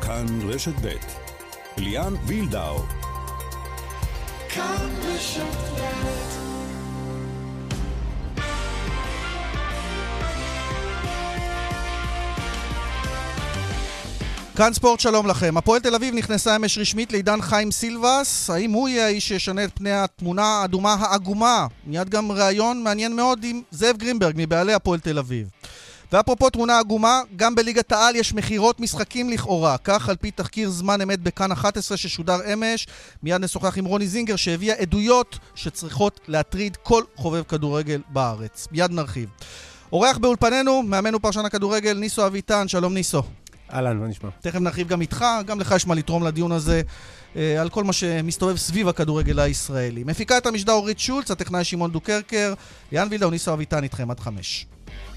כאן רשת ב' ליאן וילדאו. כאן רשת ב'. כאן ספורט, שלום לכם. הפועל תל אביב נכנסה אמש רשמית לעידן חיים סילבס. האם הוא יהיה האיש שישנה את פני התמונה האדומה העגומה? מיד גם ראיון מעניין מאוד עם זאב גרינברג מבעלי הפועל תל אביב. ואפרופו תמונה עגומה, גם בליגת העל יש מחירות משחקים לכאורה. כך על פי תחקיר זמן אמת בכאן 11 ששודר אמש. מיד נשוחח עם רוני זינגר שהביאה עדויות שצריכות להטריד כל חובב כדורגל בארץ. מיד נרחיב. אורח באולפנינו, מאמן ופרשן הכדורגל, ניסו אביטן. שלום ניסו. אהלן, מה נשמע? תכף נרחיב גם איתך, גם לך יש מה לתרום לדיון הזה על כל מה שמסתובב סביב הכדורגל הישראלי. מפיקה את המשדר אורית שולץ, הטכנאי שמעון דוקרקר, ליאן וילדאו, ניסו אביטן איתכם עד 5.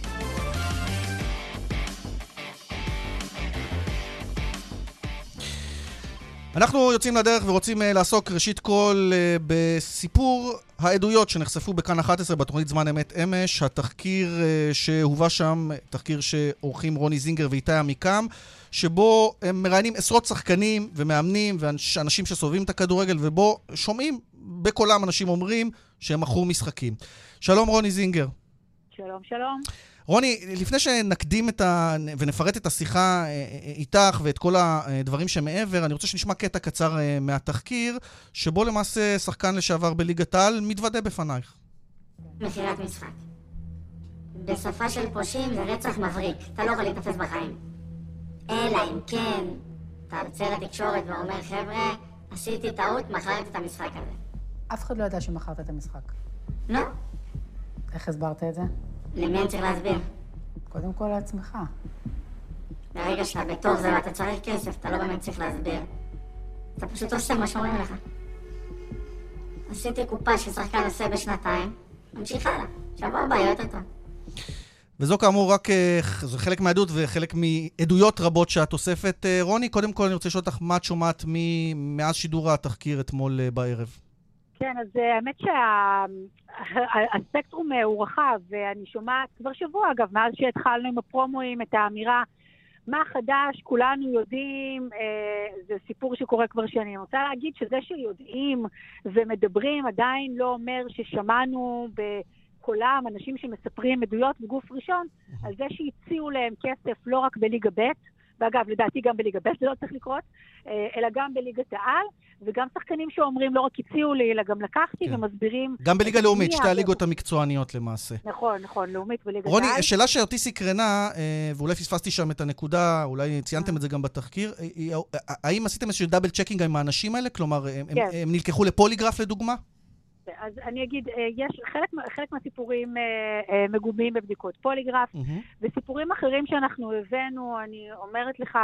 אנחנו יוצאים לדרך ורוצים לעסוק ראשית כל בסיפור העדויות שנחשפו בכאן 11 בתוכנית זמן אמת אמש, התחקיר שהובא שם, תחקיר שעורכים רוני זינגר ואיתי עמיקם, שבו הם מראיינים עשרות שחקנים ומאמנים ואנשים שסובבים את הכדורגל, ובו שומעים בקולם אנשים אומרים שהם מכרו משחקים. שלום רוני זינגר. שלום, שלום. רוני, לפני שנקדים ונפרט את השיחה איתך ואת כל הדברים שמעבר, אני רוצה שנשמע קטע קצר מהתחקיר, שבו למעשה שחקן לשעבר בליגת העל מתוודה בפנייך. מכירת משחק. בשפה של פושעים זה רצח מבריק, אתה לא יכול להתנפס בחיים. אלא אם כן, אתה יוצא לתקשורת ואומר, חבר'ה, עשיתי טעות, מכרתי את המשחק הזה. אף אחד לא ידע שמכרת את המשחק. לא. איך הסברת את זה? למי אני צריך להסביר? קודם כל לעצמך. ברגע שאתה בתוך זה ואתה צריך כסף, אתה לא באמת צריך להסביר. אתה פשוט עושה מה שאומרים לך. עשיתי קופה ששחקן עושה בשנתיים, ממשיך הלאה. שבוע הבא יהיה יותר טוב. וזו כאמור רק, זה חלק מהעדות וחלק מעדויות רבות שאת אוספת. רוני, קודם כל אני רוצה לשאול אותך מה את שומעת מאז שידור התחקיר אתמול בערב. כן, אז האמת שהספקטרום הוא רחב, ואני שומעת כבר שבוע, אגב, מאז שהתחלנו עם הפרומואים את האמירה, מה חדש, כולנו יודעים, זה סיפור שקורה כבר שנים. אני רוצה להגיד שזה שיודעים ומדברים עדיין לא אומר ששמענו בקולם אנשים שמספרים עדויות בגוף ראשון, על זה שהציעו להם כסף לא רק בליגה ב', ואגב, לדעתי גם בליגה ב' זה לא צריך לקרות, אלא גם בליגת העל, וגם שחקנים שאומרים לא רק הציעו לי, אלא גם לקחתי ומסבירים... גם בליגה לאומית, שתי הליגות המקצועניות למעשה. נכון, לאומית וליגת העל. רוני, שאלה שאותי סקרנה, ואולי פספסתי שם את הנקודה, אולי ציינתם את זה גם בתחקיר, האם עשיתם איזשהו דאבל צ'קינג עם האנשים האלה? כלומר, הם נלקחו לפוליגרף לדוגמה? אז אני אגיד, יש חלק מהסיפורים מגובים בבדיקות פוליגרף, וסיפורים אחרים שאנחנו הבאנו, אני אומרת לך,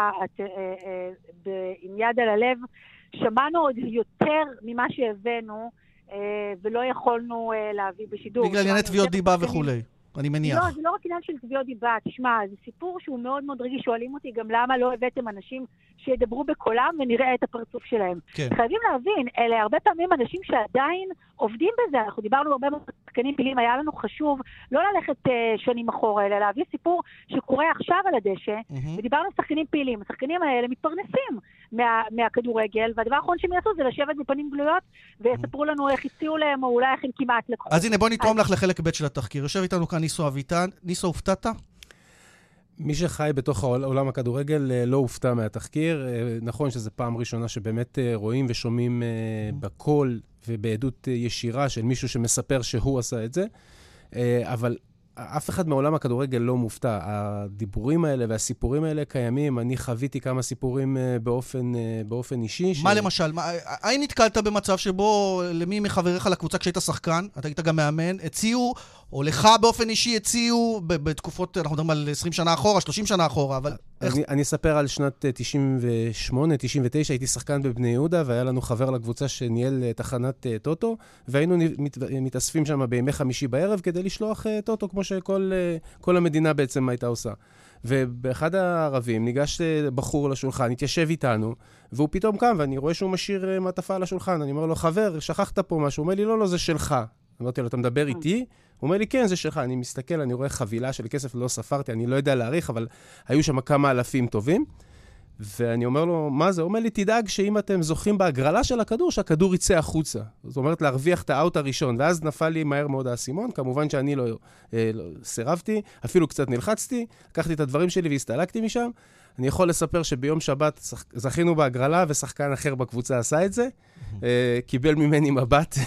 עם יד על הלב, שמענו עוד יותר ממה שהבאנו, ולא יכולנו להביא בשידור. בגלל ענייני תביעות דיבה וכולי, אני מניח. לא, זה לא רק עניין של תביעות דיבה, תשמע, זה סיפור שהוא מאוד מאוד רגיש, שואלים אותי גם למה לא הבאתם אנשים שידברו בקולם ונראה את הפרצוף שלהם. כן. חייבים להבין, אלה הרבה פעמים אנשים שעדיין עובדים בזה, אנחנו דיברנו הרבה בשחקנים פעילים, היה לנו חשוב לא ללכת שנים אחורה, אלא להביא סיפור שקורה עכשיו על הדשא, ודיברנו על שחקנים פעילים, השחקנים האלה מתפרנסים מהכדורגל, והדבר האחרון שהם יעשו זה לשבת בפנים גלויות, ויספרו לנו איך הציעו להם, או אולי איך הם כמעט לקחו. אז הנה, בוא נתרום לך לחלק ב' של התחקיר. יושב איתנו כאן ניסו אביטן. ניסו, הופתעת? מי שחי בתוך עולם הכדורגל לא הופתע מהתחקיר. נכון שזו פעם ראשונה שבאמת רואים ושומעים בקול ובעדות ישירה של מישהו שמספר שהוא עשה את זה, אבל אף אחד מעולם הכדורגל לא מופתע. הדיבורים האלה והסיפורים האלה קיימים. אני חוויתי כמה סיפורים באופן אישי. מה למשל? האם נתקלת במצב שבו למי מחבריך לקבוצה כשהיית שחקן, אתה היית גם מאמן, הציעו, או לך באופן אישי הציעו, בתקופות, אנחנו מדברים על 20 שנה אחורה, 30 שנה אחורה, אבל... אני אספר על שנת 98, 99, הייתי שחקן בבני יהודה, והיה לנו חבר לקבוצה שניהל תחנת טוטו, והיינו מתאספים שם בימי חמישי בערב כדי לשלוח טוטו, כמו שכל המדינה בעצם הייתה עושה. ובאחד הערבים ניגש בחור לשולחן, התיישב איתנו, והוא פתאום קם, ואני רואה שהוא משאיר מטפה על השולחן. אני אומר לו, חבר, שכחת פה משהו. הוא אומר לי, לא, זה שלך. אמרתי לו, אתה מדבר איתי? הוא אומר לי, כן, זה שלך. אני מסתכל, אני רואה חבילה של כסף, לא ספרתי, אני לא יודע להעריך, אבל היו שם כמה אלפים טובים. ואני אומר לו, מה זה? הוא אומר לי, תדאג שאם אתם זוכים בהגרלה של הכדור, שהכדור יצא החוצה. זאת אומרת, להרוויח את האוט הראשון. ואז נפל לי מהר מאוד האסימון. כמובן שאני לא סירבתי, אפילו קצת נלחצתי, לקחתי את הדברים שלי והסתלקתי משם. אני יכול לספר שביום שבת זכינו בהגרלה, ושחקן אחר בקבוצה עשה את זה. קיבל ממני מבט.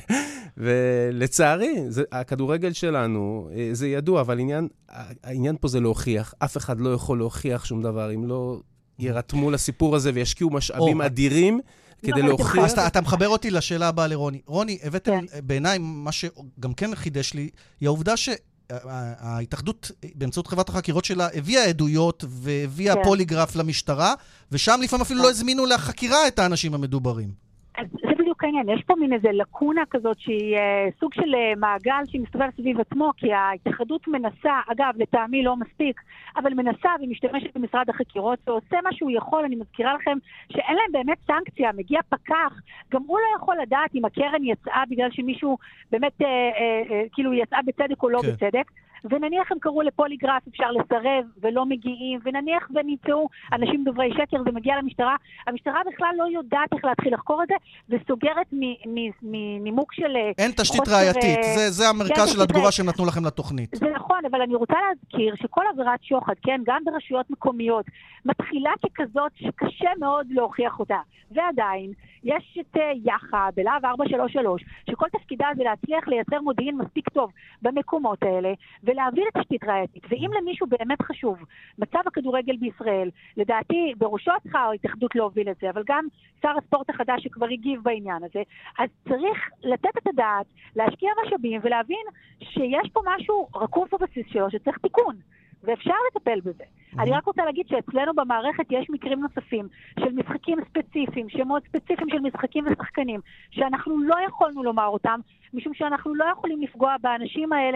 ולצערי, הכדורגל שלנו, זה ידוע, אבל העניין פה זה להוכיח. אף אחד לא יכול להוכיח שום דבר, אם לא ירתמו לסיפור הזה וישקיעו משאבים אדירים כדי להוכיח. אז אתה מחבר אותי לשאלה הבאה לרוני. רוני, הבאתם בעיניי, מה שגם כן חידש לי, היא העובדה שההתאחדות באמצעות חברת החקירות שלה הביאה עדויות והביאה פוליגרף למשטרה, ושם לפעמים אפילו לא הזמינו לחקירה את האנשים המדוברים. אז זה בדיוק העניין, יש פה מין איזה לקונה כזאת שהיא סוג של מעגל שמסתובב סביב עצמו, כי ההתאחדות מנסה, אגב, לטעמי לא מספיק, אבל מנסה ומשתמשת במשרד החקירות ועושה מה שהוא יכול. אני מזכירה לכם שאין להם באמת סנקציה, מגיע פקח, גם הוא לא יכול לדעת אם הקרן יצאה בגלל שמישהו באמת כאילו יצאה בצדק או לא בצדק. ונניח הם קראו לפוליגרף, אפשר לסרב ולא מגיעים, ונניח ונמצאו אנשים דוברי שקר ומגיע למשטרה, המשטרה בכלל לא יודעת איך להתחיל לחקור את זה, וסוגרת מנימוק של... אין תשתית ראייתית, זה המרכז של התגובה שנתנו לכם לתוכנית. זה נכון, אבל אני רוצה להזכיר שכל עבירת שוחד, כן, גם ברשויות מקומיות, מתחילה ככזאת שקשה מאוד להוכיח אותה, ועדיין יש את יח"א בלהב 433, שכל תפקידה זה להצליח לייצר מודיעין מספיק טוב במקומות האלה, ולהעביר את תשתית ראייתית. ואם למישהו באמת חשוב מצב הכדורגל בישראל, לדעתי בראשו צריכה ההתאחדות להוביל את זה, אבל גם שר הספורט החדש שכבר הגיב בעניין הזה, אז צריך לתת את הדעת, להשקיע משאבים ולהבין שיש פה משהו רקוב בבסיס שלו שצריך תיקון. ואפשר לטפל בזה. אני רק רוצה להגיד שאצלנו במערכת יש מקרים נוספים של משחקים ספציפיים, שמות ספציפיים של משחקים ושחקנים, שאנחנו לא יכולנו לומר אותם, משום שאנחנו לא יכולים לפגוע באנשים האלה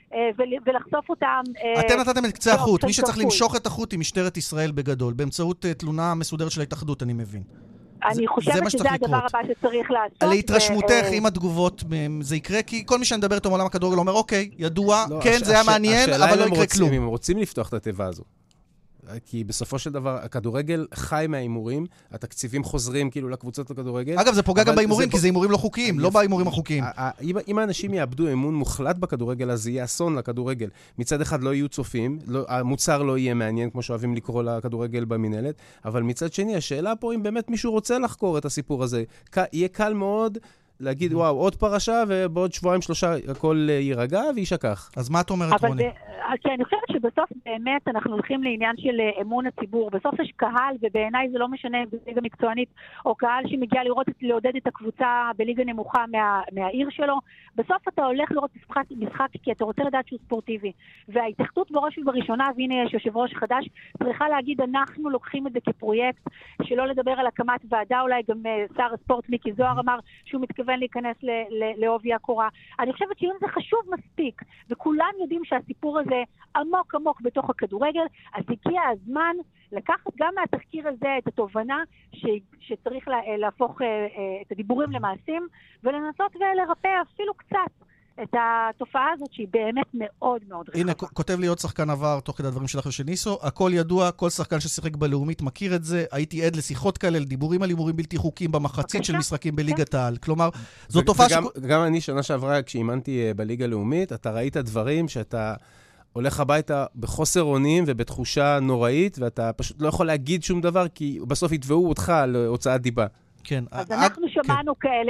ולחשוף אותם. אתם נתתם את קצה החוט. מי שצריך למשוך את החוט היא משטרת ישראל בגדול, באמצעות תלונה מסודרת של ההתאחדות, אני מבין. אני חושבת שזה הדבר הבא שצריך לעשות. להתרשמותך עם התגובות, זה יקרה, כי כל מי שאני מדבר איתו מעולם הכדורגל אומר, אוקיי, ידוע, כן, זה היה מעניין, אבל לא יקרה כלום. אם הם רוצים לפתוח את התיבה הזו. כי בסופו של דבר, הכדורגל חי מהאימורים, התקציבים חוזרים כאילו לקבוצות לכדורגל. אגב, זה פוגע גם באימורים, כי זה אימורים לא חוקיים, לא באימורים החוקיים. אם האנשים יאבדו אמון מוחלט בכדורגל, אז יהיה אסון לכדורגל. מצד אחד לא יהיו צופים, המוצר לא יהיה מעניין, כמו שאוהבים לקרוא לכדורגל במנהלת, אבל מצד שני, השאלה פה אם באמת מישהו רוצה לחקור את הסיפור הזה. יהיה קל מאוד להגיד, וואו, עוד פרשה, ובעוד שבועיים שלושה הכל יירגע וישכח. אז מה את אומרת, רוני? כי אני חושבת שבסוף באמת אנחנו הולכים לעניין של אמון הציבור. בסוף יש קהל, ובעיניי זה לא משנה בליגה מקצוענית, או קהל שמגיע לעודד את הקבוצה בליגה נמוכה מהעיר שלו. בסוף אתה הולך לראות משחק כי אתה רוצה לדעת שהוא ספורטיבי. וההתאחדות בראש ובראשונה, והנה יש יושב ראש חדש, צריכה להגיד, אנחנו לוקחים את זה כפרויקט, שלא לדבר על הקמת ועדה, אולי גם שר הספורט מיקי זוהר אמר שהוא מתכוון להיכנס לעובי הקורה. אני חושבת שאם זה חשוב מספיק, וכולם יודעים שהסיפור הזה עמוק עמוק בתוך הכדורגל, אז הגיע הזמן לקחת גם מהתחקיר הזה את התובנה שצריך להפוך את הדיבורים למעשים, ולנסות ולרפא אפילו קצת את התופעה הזאת שהיא באמת מאוד מאוד רחבה. הנה, כותב לי עוד שחקן עבר תוך כדי הדברים שלך של ניסו, הכל ידוע, כל שחקן ששיחק בלאומית מכיר את זה, הייתי עד לשיחות כאלה, לדיבורים על הימורים בלתי חוקיים במחצית של משחקים בליגת העל. כלומר, זו תופעה גם אני שנה שעברה, כשאימנתי בליגה לאומית, אתה ראית דברים שאתה הולך הביתה בחוסר אונים ובתחושה נוראית, ואתה פשוט לא יכול להגיד שום דבר, כי בסוף יתבעו אותך להוצאת דיבה. כן. אז אנחנו שמענו כאלה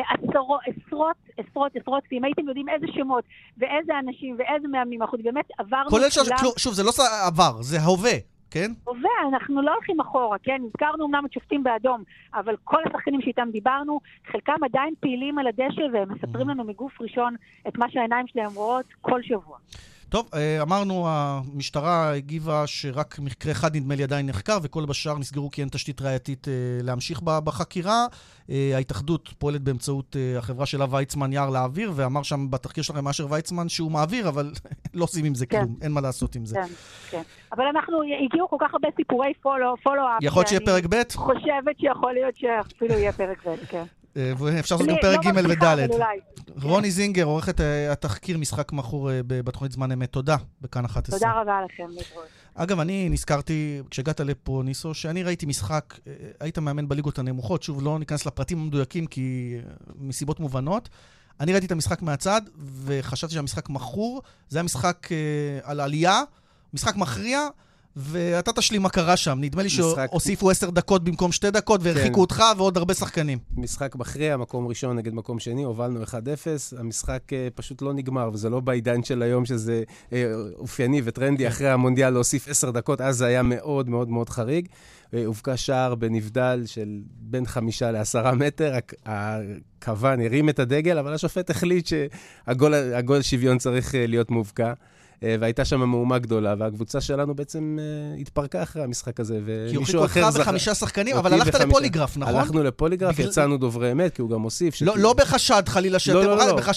עשרות, אם הייתם יודעים איזה שמות ואיזה אנשים ואיזה מאמנים, אנחנו באמת עברנו כולל שוב, זה לא עבר, זה ההווה, כן? הווה, אנחנו לא הולכים אחורה, כן? נזכרנו אמנם את שופטים באדום, אבל כל השחקנים שאיתם דיברנו, חלקם עדיין פעילים על הדשא, והם מספרים לנו מגוף ראשון את מה שהעיניים שלהם רואות כל שבוע. טוב, אמרנו, המשטרה הגיבה שרק מקרה אחד נדמה לי עדיין נחקר, וכל בשאר נסגרו כי אין תשתית ראייתית להמשיך בחקירה. ההתאחדות פועלת באמצעות החברה שלה ויצמן יער להעביר, ואמר שם בתחקיר שלכם אשר ויצמן שהוא מעביר, אבל לא עושים עם זה כלום, אין מה לעשות עם זה. כן. אבל אנחנו הגיעו כל כך הרבה סיפורי פולו-אפ. יכול להיות שיהיה פרק ב'? חושבת שיכול להיות שאפילו יהיה פרק ב', כן. ואפשר לעשות גם פרק ג' וד'. רוני זינגר, עורכת התחקיר משחק מכור בתוכנית זמן אמת. תודה, בכאן 11. תודה רבה לכם. אגב, אני נזכרתי, כשהגעת לפה, ניסו, שאני ראיתי משחק, היית מאמן בליגות הנמוכות, שוב, לא ניכנס לפרטים המדויקים, כי מסיבות מובנות. אני ראיתי את המשחק מהצד, וחשבתי שהמשחק מכור, זה היה משחק על עלייה, משחק מכריע, ואתה תשלים מה קרה שם. נדמה לי שהוסיפו 10 דקות במקום 2 דקות, והרחיקו אותך ועוד הרבה שחקנים. משחק מכריע, מקום ראשון נגד מקום שני, הובלנו 1-0, המשחק פשוט לא נגמר, וזה לא בעידן של היום שזה אופייני וטרנדי אחרי המונדיאל להוסיף 10 דקות, אז זה היה מאוד מאוד מאוד חריג. הובקע שער בנבדל של בין 5 ל10 מטר, הכוון הרים את הדגל, אבל השופט החליט שהגול שוויון צריך להיות מובקע. והייתה שם מהומה גדולה, והקבוצה שלנו בעצם התפרקה אחרי המשחק הזה, כי הוכיחו אותך ב5 שחקנים, אבל הלכת לפוליגרף, נכון? הלכנו לפוליגרף, יצאנו דוברי אמת, כי הוא גם הוסיף. לא בחשד חלילה שאתם...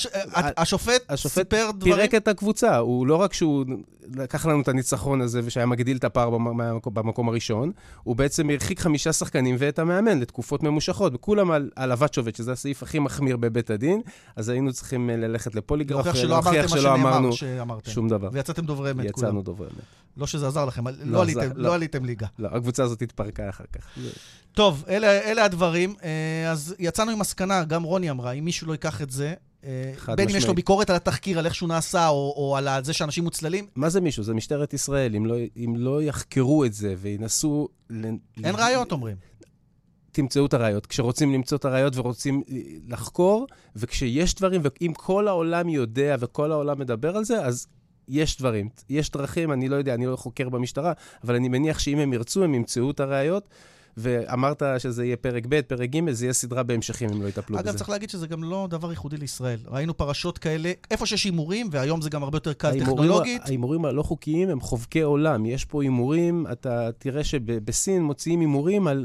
השופט סיפר דברים... פירק את הקבוצה, הוא לא רק שהוא לקח לנו את הניצחון הזה, ושהיה מגדיל את הפער במקום הראשון, הוא בעצם הרחיק 5 שחקנים ואת המאמן לתקופות ממושכות, וכולם על הוות, שזה הסעיף הכי מחמיר בבית הדין, אז היינו צריכים ללכת לפוליגרף, להוכיח שלא אמרנו שום דבר. ויצאתם דוברי אמת. יצאנו דוברי אמת. לא שזה עזר לכם, לא עליתם ליגה. לא, הקבוצה הזאת התפרקה אחר כך. טוב, אלה הדברים. אז יצאנו עם מסקנה, גם רוני אמרה, אם מישהו לא ייקח את זה, בין אם יש לו ביקורת על התחקיר, על איך שהוא נעשה, או על זה שאנשים מוצללים. מה זה מישהו? זה משטרת ישראל. אם לא יחקרו את זה וינסו... אין ראיות, אומרים. תמצאו את הראיות. כשרוצים למצוא את הראיות ורוצים לחקור, וכשיש דברים, ואם כל העולם יודע וכל העולם מדבר על זה, אז יש דברים. יש דרכים, אני לא יודע, אני לא חוקר במשטרה, אבל אני מניח שאם הם ירצו, הם ימצאו את הראיות, ואמרת שזה יהיה פרק ב', פרק ג', זה יהיה סדרה בהמשכים, אם לא יטפלו בזה. אגב, צריך להגיד שזה גם לא דבר ייחודי לישראל. ראינו פרשות כאלה, איפה שיש הימורים, והיום זה גם הרבה יותר קל טכנולוגית. ההימורים הלא חוקיים הם חובקי עולם. יש פה הימורים, אתה תראה שבסין מוציאים הימורים על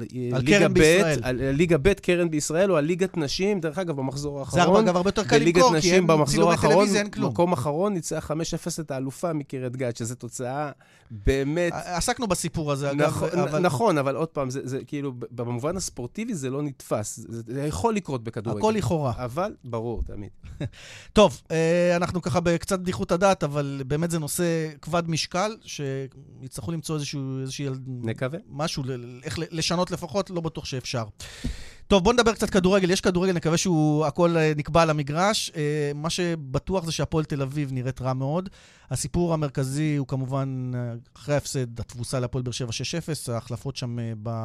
ליגה ב', קרן בישראל, או על ליגת נשים, דרך אגב, במחזור האחרון. זה הרבה יותר קל למכור, כי הם צילומי טלוויזיה, אין כלום. מקום אחרון ניצח 5-0 את האלופה מקריית גת, שזו תוצאה באמת... עסקנו בסיפור הזה, אגב. נכון, אבל עוד פעם, זה כאילו, במובן הספורטיבי זה לא נתפס. זה יכול לקרות בכדורגל. הכל לכאורה. אבל ברור, תמיד. טוב, אנחנו ככה בקצת בדיחות הדעת, אבל באמת זה נושא כבד משקל, שיצטרכו למצוא איזושהי... נקווה. משהו, איך לשנות לפחות, לא בטוח שאפשר. טוב, בוא נדבר קצת כדורגל. יש כדורגל, נקווה שהוא הכל נקבע על המגרש. מה שבטוח זה שהפועל תל אביב נראית רע מאוד. הסיפור המרכזי הוא כמובן, אחרי ההפסד, התבוסה להפועל באר שבע 6-0, ההחלפות שם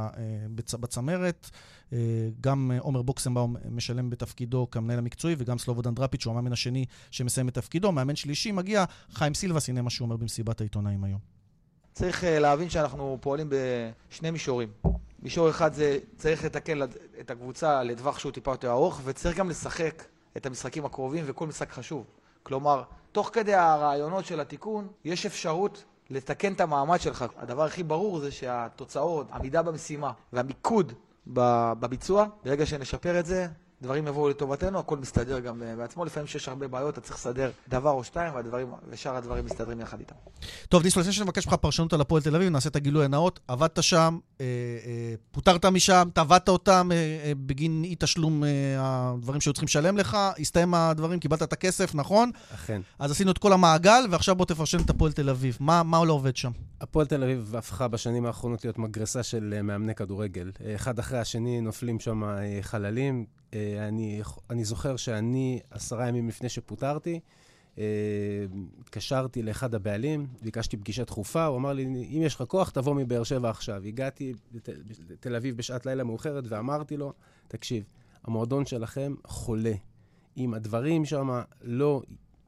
בצמרת. גם עומר בוקסנבאום משלם בתפקידו כמנהל המקצועי, וגם סלובודן דראפיץ' הוא המאמן השני שמסיים את תפקידו. מאמן שלישי מגיע, חיים סילבס, הנה מה שהוא אומר במסיבת העיתונאים היום. צריך להבין שאנחנו פועלים בשני מישורים. מישור אחד זה צריך לתקן את הקבוצה לטווח שהוא טיפה יותר ארוך, וצריך גם לשחק את המשחקים הקרובים, וכל משחק חשוב. כלומר, תוך כדי הרעיונות של התיקון, יש אפשרות לתקן את המעמד שלך. הדבר הכי ברור זה שהתוצאות, עמידה במשימה והמיקוד בביצוע, ברגע שנשפר את זה, דברים יבואו לטובתנו, הכל מסתדר גם בעצמו. לפעמים שיש הרבה בעיות, אתה צריך לסדר דבר או שתיים, ושאר הדברים מסתדרים יחד איתם. טוב, ניסו, לפני שנבקש לך פרשנות על הפועל תל אביב, נעשה את הגילוי הנאות. עבדת שם, פוטרת משם, תעבדת אותם בגין אי תשלום הדברים שהיו צריכים לשלם לך, הסתיים הדברים, קיבלת את הכסף, נכון? אכן. אז עשינו את כל המעגל, ועכשיו בוא תפרשן את הפועל תל אביב. מה לא עובד שם? הפועל תל אביב הפכה בשנים האחרונות להיות מגרסה של מאמני כדורגל. אחד אחרי השני נופלים שם חללים. אני זוכר שאני 10 ימים לפני שפוטרתי, התקשרתי לאחד הבעלים, ביקשתי פגישה דחופה, הוא אמר לי, אם יש לך כוח, תבוא מבאר שבע עכשיו. הגעתי לתל אביב בשעת לילה מאוחרת ואמרתי לו, תקשיב, המועדון שלכם חולה. אם הדברים שם לא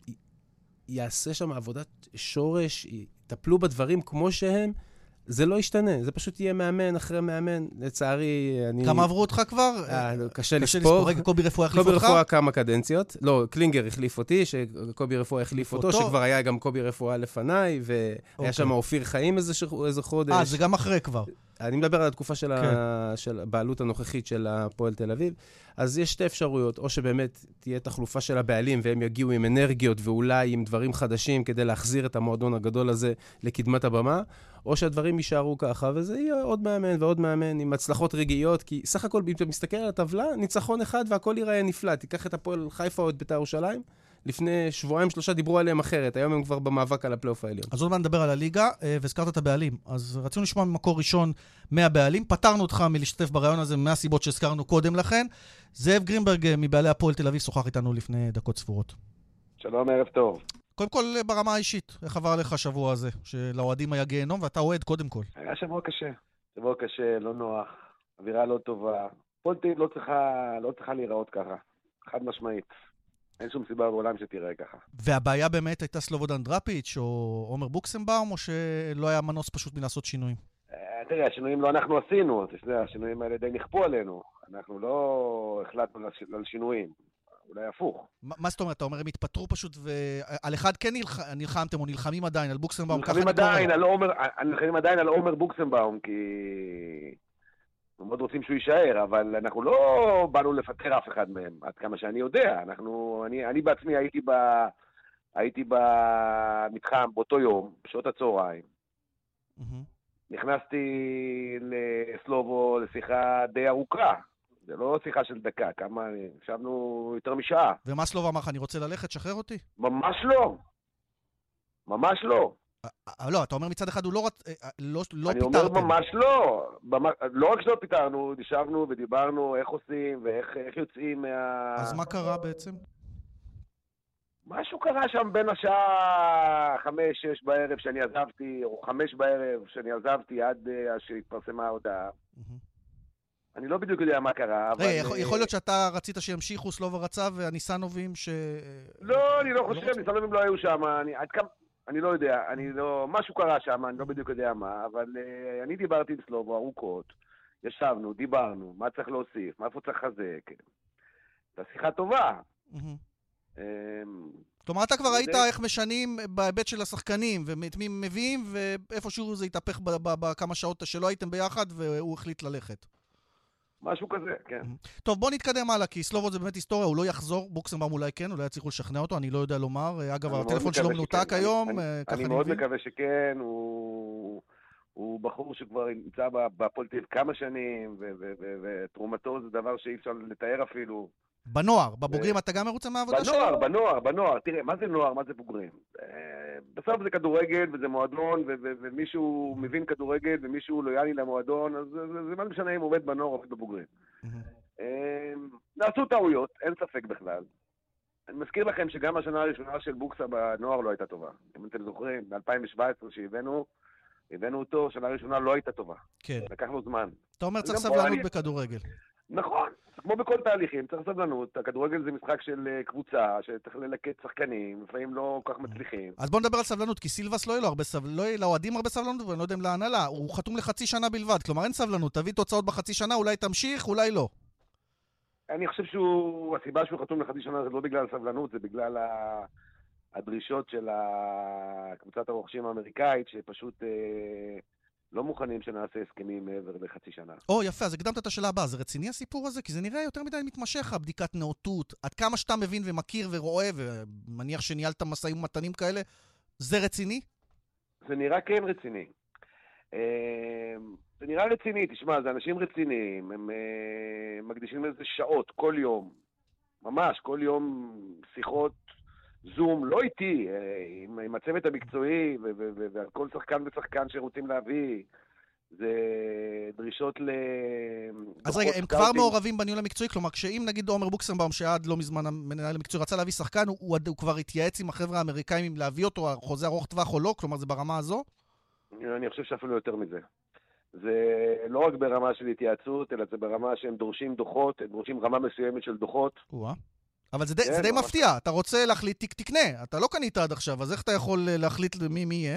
יעשה שם עבודת שורש, יטפלו בדברים כמו שהם, זה לא ישתנה, זה פשוט יהיה מאמן אחרי מאמן. לצערי, אני... כמה עברו אותך כבר? קשה לספור. רגע, קובי רפואה החליף אותך? קובי רפואה כמה קדנציות. לא, קלינגר החליף אותי, שקובי רפואה החליף אותו, שכבר היה גם קובי רפואה לפניי, והיה שם אופיר חיים איזה חודש. זה גם אחרי כבר. אני מדבר על התקופה של הבעלות הנוכחית של הפועל תל אביב. אז יש שתי אפשרויות, או שבאמת תהיה תחלופה של הבעלים, והם יגיעו עם אנרגיות ואולי עם דברים חדשים כדי להחזיר את המועדון הגדול הזה לקדמת הבמה, או שהדברים יישארו ככה, וזה יהיה עוד מאמן ועוד מאמן עם הצלחות רגעיות, כי סך הכל, אם אתה מסתכל על הטבלה, ניצחון אחד והכל ייראה נפלא. תיקח את הפועל חיפה או את בית"ר ירושלים, לפני שבועיים שלושה דיברו עליהם אחרת, היום הם כבר במאבק על הפלייאוף העליון. אז עוד מעט נדבר על הליגה, והזכרת את הבעלים. אז רצינו לשמוע ממקור ראשון מהבעלים, פתרנו אותך מלהשתתף ברעיון הזה מהסיבות שהזכרנו קודם לכן. זאב גרינברג מבעלי הפועל תל אביב שוחח איתנו לפני דקות ספורות. שלום, ערב טוב. קודם כל ברמה האישית, איך עבר לך השבוע הזה, שלאוהדים היה גיהנום ואתה אוהד קודם כל? היה שבוע קשה, לא נוח, אווירה לא טובה. הפועל תל אביב לא צריכה להיראות ככה, חד משמעית. אין שום סיבה בעולם שתראה ככה. והבעיה באמת הייתה סלובודן דראפיץ' או עומר בוקסמבאום, או שלא היה מנוס פשוט מלעשות שינויים? תראה, השינויים לא אנחנו עשינו, השינויים האלה די נכפו עלינו. אנחנו לא החלטנו על שינויים, אולי הפוך. מה זאת אומרת? אתה אומר, הם התפטרו פשוט, ועל אחד כן נלחמתם או נלחמים עדיין, על בוקסמבאום? נלחמים עדיין על עומר בוקסמבאום, כי אנחנו מאוד רוצים שהוא יישאר, אבל אנחנו לא באנו לפטר אף אחד מהם, עד כמה שאני יודע. אני בעצמי הייתי במתחם באותו יום, בשעות הצהריים. נכנסתי לסלובו לשיחה די ארוכה. זה לא שיחה של דקה, ישבנו יותר משעה. ומה סלובו אמר לך, אני רוצה ללכת, שחרר אותי? ממש לא. ממש לא. לא, אתה אומר מצד אחד הוא לא פיתרתם. אני אומר ממש לא. לא רק שלא פיתרנו, ישבנו ודיברנו איך עושים ואיך יוצאים מה... אז מה קרה בעצם? משהו קרה שם בין השעה 5-6 בערב שאני עזבתי, או 5 בערב שאני עזבתי עד שהתפרסמה ההודעה. אני לא בדיוק יודע מה קרה, אבל... יכול להיות שאתה רצית שימשיכו, סלובו רצה, והניסנובים לא, אני לא חושב, ניסנובים לא היו שם, אני לא יודע, משהו קרה שם, אני לא בדיוק יודע מה, אבל אני דיברתי עם סלובו ארוכות, ישבנו, דיברנו, מה צריך להוסיף, מה איפה צריך לחזק. זו שיחה טובה. כלומר, אתה כבר ראית איך משנים בהיבט של השחקנים, ואת מי מביאים, ואיפשהו זה התהפך בכמה שעות שלא הייתם ביחד, והוא החליט ללכת. משהו כזה, כן. טוב, בוא נתקדם הלאה, כי סלובו זה באמת היסטוריה, הוא לא יחזור, בוקסמבאום אולי כן, אולי יצליחו לשכנע אותו, אני לא יודע לומר. אגב, הטלפון שלו מנותק היום, אני מאוד מקווה שכן, הוא בחור שכבר נמצא בהפועל תל אביב כמה שנים, ותרומתו זה דבר שאי אפשר לתאר אפילו. בנוער, בבוגרים אתה גם מרוצה מהעבודה שלו? בנוער. תראה, מה זה נוער, מה זה בוגרים? בסוף זה כדורגל וזה מועדון, ומישהו מבין כדורגל ומישהו לויאלי למועדון, אז זה מה משנה אם הוא עובד בנוער או עובד בבוגרים. נעשו טעויות, אין ספק בכלל. אני מזכיר לכם שגם השנה הראשונה של בוקסה בנוער לא הייתה טובה. אם אתם זוכרים, ב-2017 שהבאנו אותו, שנה הראשונה לא הייתה טובה. כן. לקחנו זמן. אתה אומר צריך סבלנות בכדורגל. נכון, כמו בכל תהליכים, צריך סבלנות. הכדורגל זה משחק של קבוצה, שצריך ללקט שחקנים, לפעמים לא כל כך מצליחים. אז בוא נדבר על סבלנות, כי סילבס לא יהיה לאוהדים הרבה סבלנות, ואני לא יודע אם להנהלה, הוא חתום לחצי שנה בלבד, כלומר אין סבלנות, תביא תוצאות בחצי שנה, אולי תמשיך, אולי לא. אני חושב הסיבה שהוא חתום לחצי שנה זה לא בגלל סבלנות, זה בגלל הדרישות של קבוצת הרוכשים האמריקאית, שפשוט לא מוכנים שנעשה הסכמים מעבר לחצי שנה. יפה, אז הקדמת את השאלה הבאה. זה רציני הסיפור הזה? כי זה נראה יותר מדי מתמשך, בדיקת נאותות. עד כמה שאתה מבין ומכיר ורואה, ומניח שניהלת מסעים ומתנים כאלה, זה רציני? זה נראה כן רציני. זה נראה רציני, תשמע, זה אנשים רציניים, הם מקדישים לזה שעות, כל יום. ממש, כל יום שיחות זום, לא איתי, עם הצוות המקצועי ועל כל שחקן ושחקן שרוצים להביא, זה דרישות אז רגע, הם כבר מעורבים בניהול המקצועי, כלומר, כשאם נגיד עומר בוקסמבאום, שעד לא מזמן המנהל המקצועי רצה להביא שחקן, הוא כבר התייעץ עם החבר'ה האמריקאים אם להביא אותו, חוזה ארוך טווח או לא, כלומר, זה ברמה הזו? אני חושב שאפילו יותר מזה. זה לא רק ברמה של התייעצות, אלא זה ברמה שהם דורשים דוחות, הם דורשים רמה מסוימת של דוחות. אבל זה די מפתיע, אתה רוצה להחליט, תקנה, אתה לא קנית עד עכשיו, אז איך אתה יכול להחליט מי יהיה?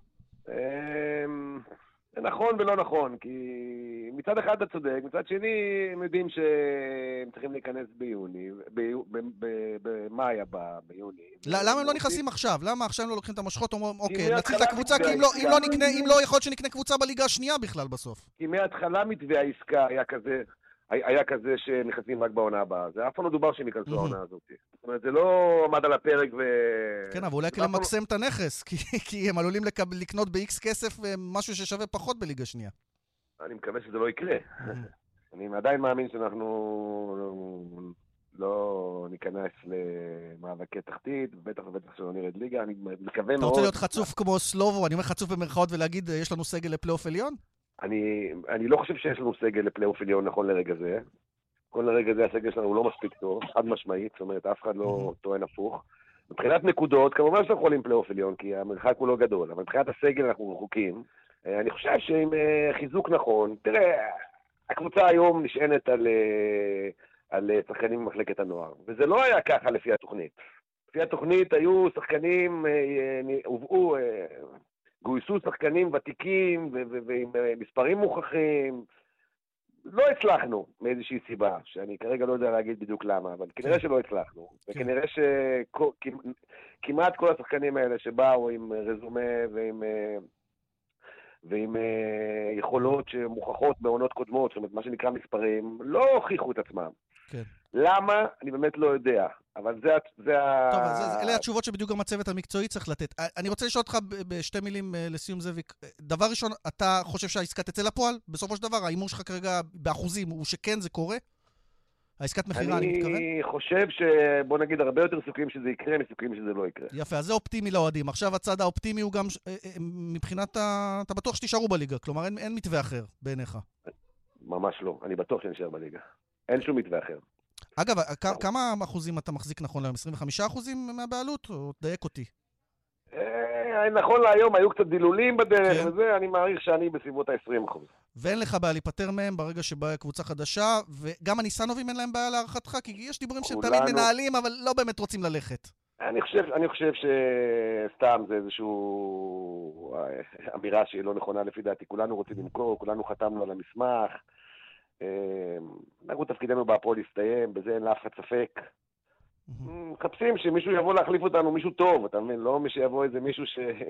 זה נכון ולא נכון, כי מצד אחד אתה צודק, מצד שני הם יודעים שהם צריכים להיכנס ביוני, במאי הבא, ביוני. למה הם לא נכנסים עכשיו? למה עכשיו הם לא לוקחים את המשכות, אומרים, אוקיי, נציל את הקבוצה, כי אם לא יכול להיות שנקנה קבוצה בליגה השנייה בכלל בסוף. כי מההתחלה מתווה העסקה היה כזה שנכנסים רק בעונה הבאה. זה אף פעם לא דובר שהם ייכנסו העונה הזאת. זאת אומרת, זה לא עמד על הפרק כן, אבל אולי כאילו מקסם את הנכס, כי הם עלולים לקנות ב-X כסף משהו ששווה פחות בליגה שנייה. אני מקווה שזה לא יקרה. אני עדיין מאמין שאנחנו לא ניכנס למאבקי תחתית, בטח ובטח שלא נרד ליגה, אני מקווה מאוד... אתה רוצה להיות חצוף כמו סלובו, אני אומר חצוף במרכאות ולהגיד, יש לנו סגל לפלייאוף עליון? אני לא חושב שיש לנו סגל לפלייאוף עליון נכון לרגע זה. כל לרגע זה הסגל שלנו לא מספיק טוב, חד משמעית, זאת אומרת, אף אחד לא טוען הפוך. מבחינת נקודות, כמובן שאנחנו יכולים פלייאוף עליון, כי המרחק הוא לא גדול, אבל מבחינת הסגל אנחנו רחוקים. אני חושב שעם חיזוק נכון, תראה, הקבוצה היום נשענת על שחקנים במחלקת הנוער, וזה לא היה ככה לפי התוכנית. לפי התוכנית היו שחקנים, הובאו, גויסו שחקנים ותיקים ועם מספרים מוכחים. לא הצלחנו מאיזושהי סיבה, שאני כרגע לא יודע להגיד בדיוק למה, אבל כנראה שלא הצלחנו. וכנראה שכמעט כל השחקנים האלה שבאו עם רזומה ועם יכולות שמוכחות בעונות קודמות, זאת אומרת, מה שנקרא מספרים, לא הוכיחו את עצמם. כן. למה? אני באמת לא יודע. אבל זה טוב, אלה התשובות שבדיוק גם הצוות המקצועי צריך לתת. אני רוצה לשאול אותך בשתי מילים לסיום זאביק. דבר ראשון, אתה חושב שהעסקה תצא לפועל? בסופו של דבר, האימור שלך כרגע באחוזים הוא שכן, זה קורה? העסקת מחירה, אני מתכוון? אני חושב שבוא נגיד הרבה יותר סיכויים שזה יקרה, מסיכויים שזה לא יקרה. יפה, אז זה אופטימי לאוהדים. עכשיו הצד האופטימי הוא גם, מבחינת, אתה בטוח שתישארו בליגה, כלומר אין מתווה אחר בעיניך. ממש לא, אני בטוח שנשאר בליגה. אין שום מתווה אחר. אגב, כמה אחוזים אתה מחזיק נכון להיום? 25% מהבעלות? או תדייק אותי? נכון להיום, היו קצת דילולים בדרך, וזה, אני מעריך שאני בסביבות ה-20%. ואין לך בעיה להיפטר מהם ברגע שבאה קבוצה חדשה, וגם הניסנובים אין להם בעיה להערכתך, כי יש דיבורים שהם תמיד מנהלים, אבל לא באמת רוצים ללכת. אני חושב שסתם זה איזושהי אמירה שהיא לא נכונה לפי דעתי. כולנו רוצים למכור, כולנו חתמנו על המסמך. אנחנו תפקידנו בהפועל להסתיים, בזה אין לאף אחד ספק. מחפשים שמישהו יבוא להחליף אותנו, מישהו טוב, אתה מבין? לא מי שיבוא איזה מישהו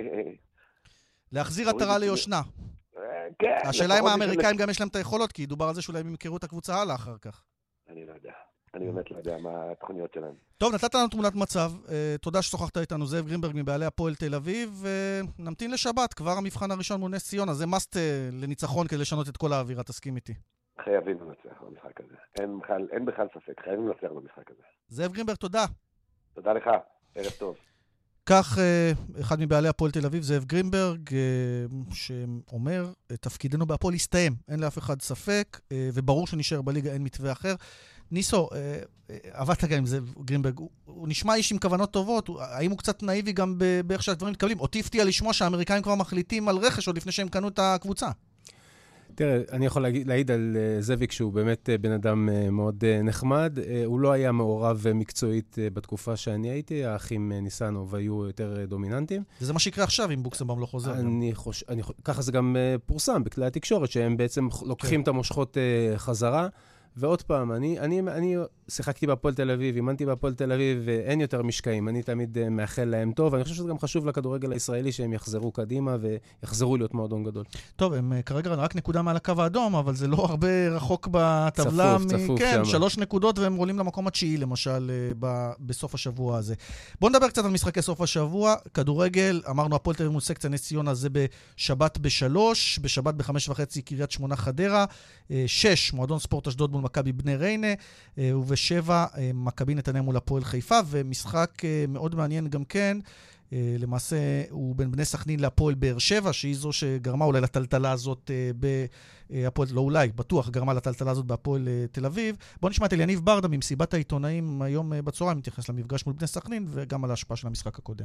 להחזיר עטרה ליושנה. כן. השאלה אם האמריקאים גם יש להם את היכולות, כי דובר על זה שאולי הם ימכרו את הקבוצה הלאה אחר כך. אני לא יודע. אני באמת לא יודע מה התוכניות שלהם. טוב, נתת לנו תמונת מצב. תודה ששוחחת איתנו. זאב גרינברג מבעלי הפועל תל אביב. נמתין לשבת. כבר המבחן הראשון מול נס ציונה. זה מאסט לניצחון כדי לשנות את כל האווירה. תסכים איתי. חייבים לנצח במשחק הזה. אין בכלל ספק. חייבים לנצח במשחק הזה. זאב גרינברג, תודה. תודה לך. ערב טוב. כך אחד מבעלי הפועל תל אביב, זאב גרינברג, שאומר, תפקידנו בהפועל להסתיים. אין לאף אחד ספק, וברור שנשאר בליגה, אין מתווה אחר. ניסו, עבדת גם עם זאב גרינברג, הוא נשמע איש עם כוונות טובות, האם הוא קצת נאיבי גם באיך שהדברים מתקבלים? אותי הפתיע לשמוע שהאמריקאים כבר מחליטים על רכש עוד לפני שהם קנו את הקבוצה. תראה, אני יכול להעיד על זאביק שהוא באמת בן אדם מאוד נחמד. הוא לא היה מעורב מקצועית בתקופה שאני הייתי, האחים ניסנוב היו יותר דומיננטיים. וזה מה שיקרה עכשיו אם בוקסנבאום לא חוזר. ככה זה גם פורסם בכלי התקשורת, שהם בעצם לוקחים את המושכות חזרה. ועוד פעם, אני שיחקתי בהפועל תל אביב, אימנתי בהפועל תל אביב, ואין יותר משקעים. אני תמיד מאחל להם טוב, ואני חושב שזה גם חשוב לכדורגל הישראלי שהם יחזרו קדימה ויחזרו להיות מועדון גדול. טוב, הם כרגע רק נקודה מעל הקו האדום, אבל זה לא הרבה רחוק בטבלה. צפוף כן, שם. 3 נקודות, והם עולים למקום התשיעי, למשל, בסוף השבוע הזה. בואו נדבר קצת על משחקי סוף השבוע. כדורגל, אמרנו, הפועל תל אביב מול סקציה נס ציונה, זה בשבת ב-3, בשבת ב-5:30 קריית שמונה חדרה, 6 מועדון ספורט אשדוד מול מכבי בני ריינה, וב-7 מכבי נתניה מול הפועל חיפה, ומשחק מאוד מעניין גם כן, למעשה הוא בין בני סכנין להפועל באר שבע, שהיא זו שגרמה אולי לטלטלה הזאת בהפועל, לא אולי, בטוח גרמה לטלטלה הזאת בהפועל תל אביב. בואו נשמע את אליניב ברדה ממסיבת העיתונאים היום בצהריים, מתייחס למפגש מול בני סכנין וגם על ההשפעה של המשחק הקודם.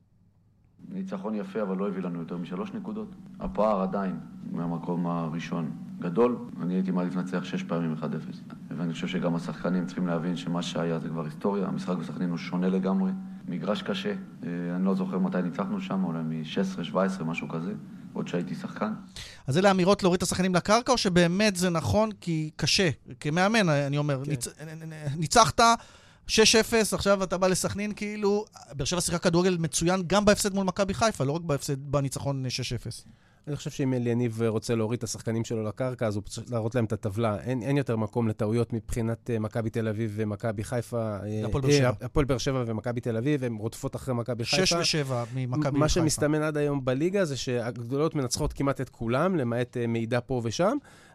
ניצחון יפה, אבל לא הביא לנו יותר מ3 נקודות. הפער עדיין מהמקום הראשון גדול. אני הייתי מעדיף לנצח 6 פעמים 1-0. ואני חושב שגם השחקנים צריכים להבין שמה שהיה זה כבר היסטוריה. המשחק בסכנין הוא שונה לגמרי. מגרש קשה. אני לא זוכר מתי ניצחנו שם, אולי מ-16-17, משהו כזה. עוד שהייתי שחקן. אז אלה אמירות להוריד את השחקנים לקרקע, או שבאמת זה נכון כי קשה? כמאמן, אני אומר, ניצחת 6-0, עכשיו אתה בא לסכנין, כאילו, באר שבע שיחק כדורגל מצוין גם בהפסד מול מכבי חיפה, לא רק בהפסד בניצחון 6-0. אני חושב שאם אליניב רוצה להוריד את השחקנים שלו לקרקע, אז הוא צריך להראות להם את הטבלה. אין יותר מקום לטעויות מבחינת מכבי תל אביב ומכבי חיפה. הפועל באר שבע ומכבי תל אביב, הם רודפות אחרי מכבי חיפה. 6 ו7 ממכבי חיפה. מה שמסתמן עד היום בליגה זה שהגדולות מנצחות כמעט את כולם, למעט מידע פה ושם,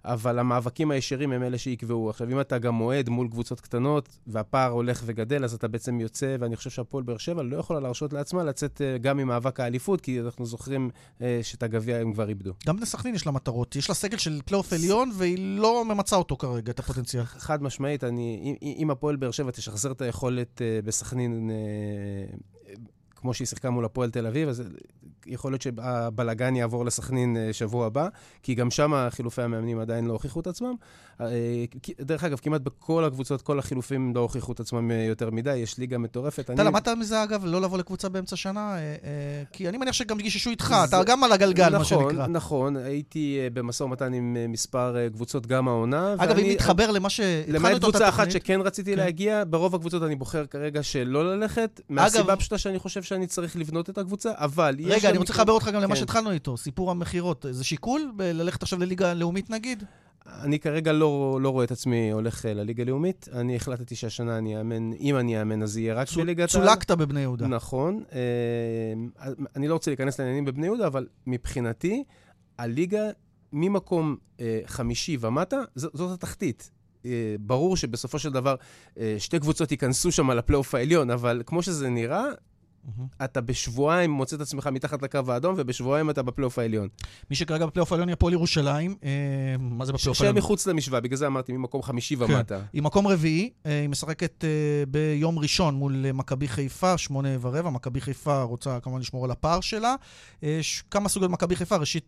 אבל המאבקים הישירים הם אלה שיקבעו. עכשיו, אם אתה גם מועד מול קבוצות קטנות, והפער הולך וגדל, אז אתה בעצם יוצא, ואני חושב שהפועל באר שבע לא יכולה להרשות לעצמה לצאת גם עם מאבק האליפות, כי אנחנו זוכרים שאת הגביע הם כבר איבדו. גם בני סכנין יש לה מטרות. יש לה סגל של פלייאוף עליון, והיא לא ממצה אותו כרגע, את הפוטנציאל. חד משמעית, אם הפועל באר שבע תשחזר את היכולת בסכנין, כמו שהיא שיחקה מול הפועל תל אביב, אז יכול להיות שהבלגן יעבור לסכנין שבוע הבא, כי גם שם חילופי המאמנים עדיין לא הוכיחו את עצמם. דרך אגב, כמעט בכל הקבוצות, כל החילופים לא הוכיחו את עצמם יותר מדי, יש ליגה מטורפת. אתה למדת מזה, אגב, לא לבוא לקבוצה באמצע שנה? כי אני מניח שגם גיששו איתך, אתה גם על הגלגל, מה שנקרא. נכון, הייתי במשא ומתן עם מספר קבוצות גם העונה. אגב, אם מתחבר למה שהתחלנו למעט קבוצה אחת שכן רציתי להגיע, ברוב הקבוצות אני בוחר כרגע שלא ללכת, מהסיבה פשוטה שאני חושב שאני צריך לבנות את הקבוצה, אבל רגע, אני רוצה לחבר אותך גם למה שהתחלנו איתו, סיפור המחירות. זה שיקול ללכת עכשיו לליגה לאומית נגיד? אני כרגע לא רואה את עצמי הולך לליגה לאומית. אני החלטתי שהשנה אני אאמן, אם אני אאמן אז יהיה רק בליגת העל. צולקת בבני יהודה. נכון. אני לא רוצה להיכנס לעניינים בבני יהודה, אבל מבחינתי, הליגה ממקום 5 ומטה, זאת התחתית. ברור שבסופו של דבר שתי קבוצות ייכנסו שם על הפלייאוף העליון, אבל כמו שזה נראה, אתה בשבועיים מוצא את עצמך מתחת לקו האדום, ובשבועיים אתה בפלייאוף העליון. מי שכרגע בפלייאוף העליון היא הפועל ירושלים. מה זה בפלייאוף העליון? שהם מחוץ למשוואה, בגלל זה אמרתי, ממקום 5 ומטה. היא מקום רביעי, היא משחקת ביום ראשון מול מכבי חיפה, 8:15. מכבי חיפה רוצה כמובן לשמור על הפער שלה. כמה סוגות מכבי חיפה, ראשית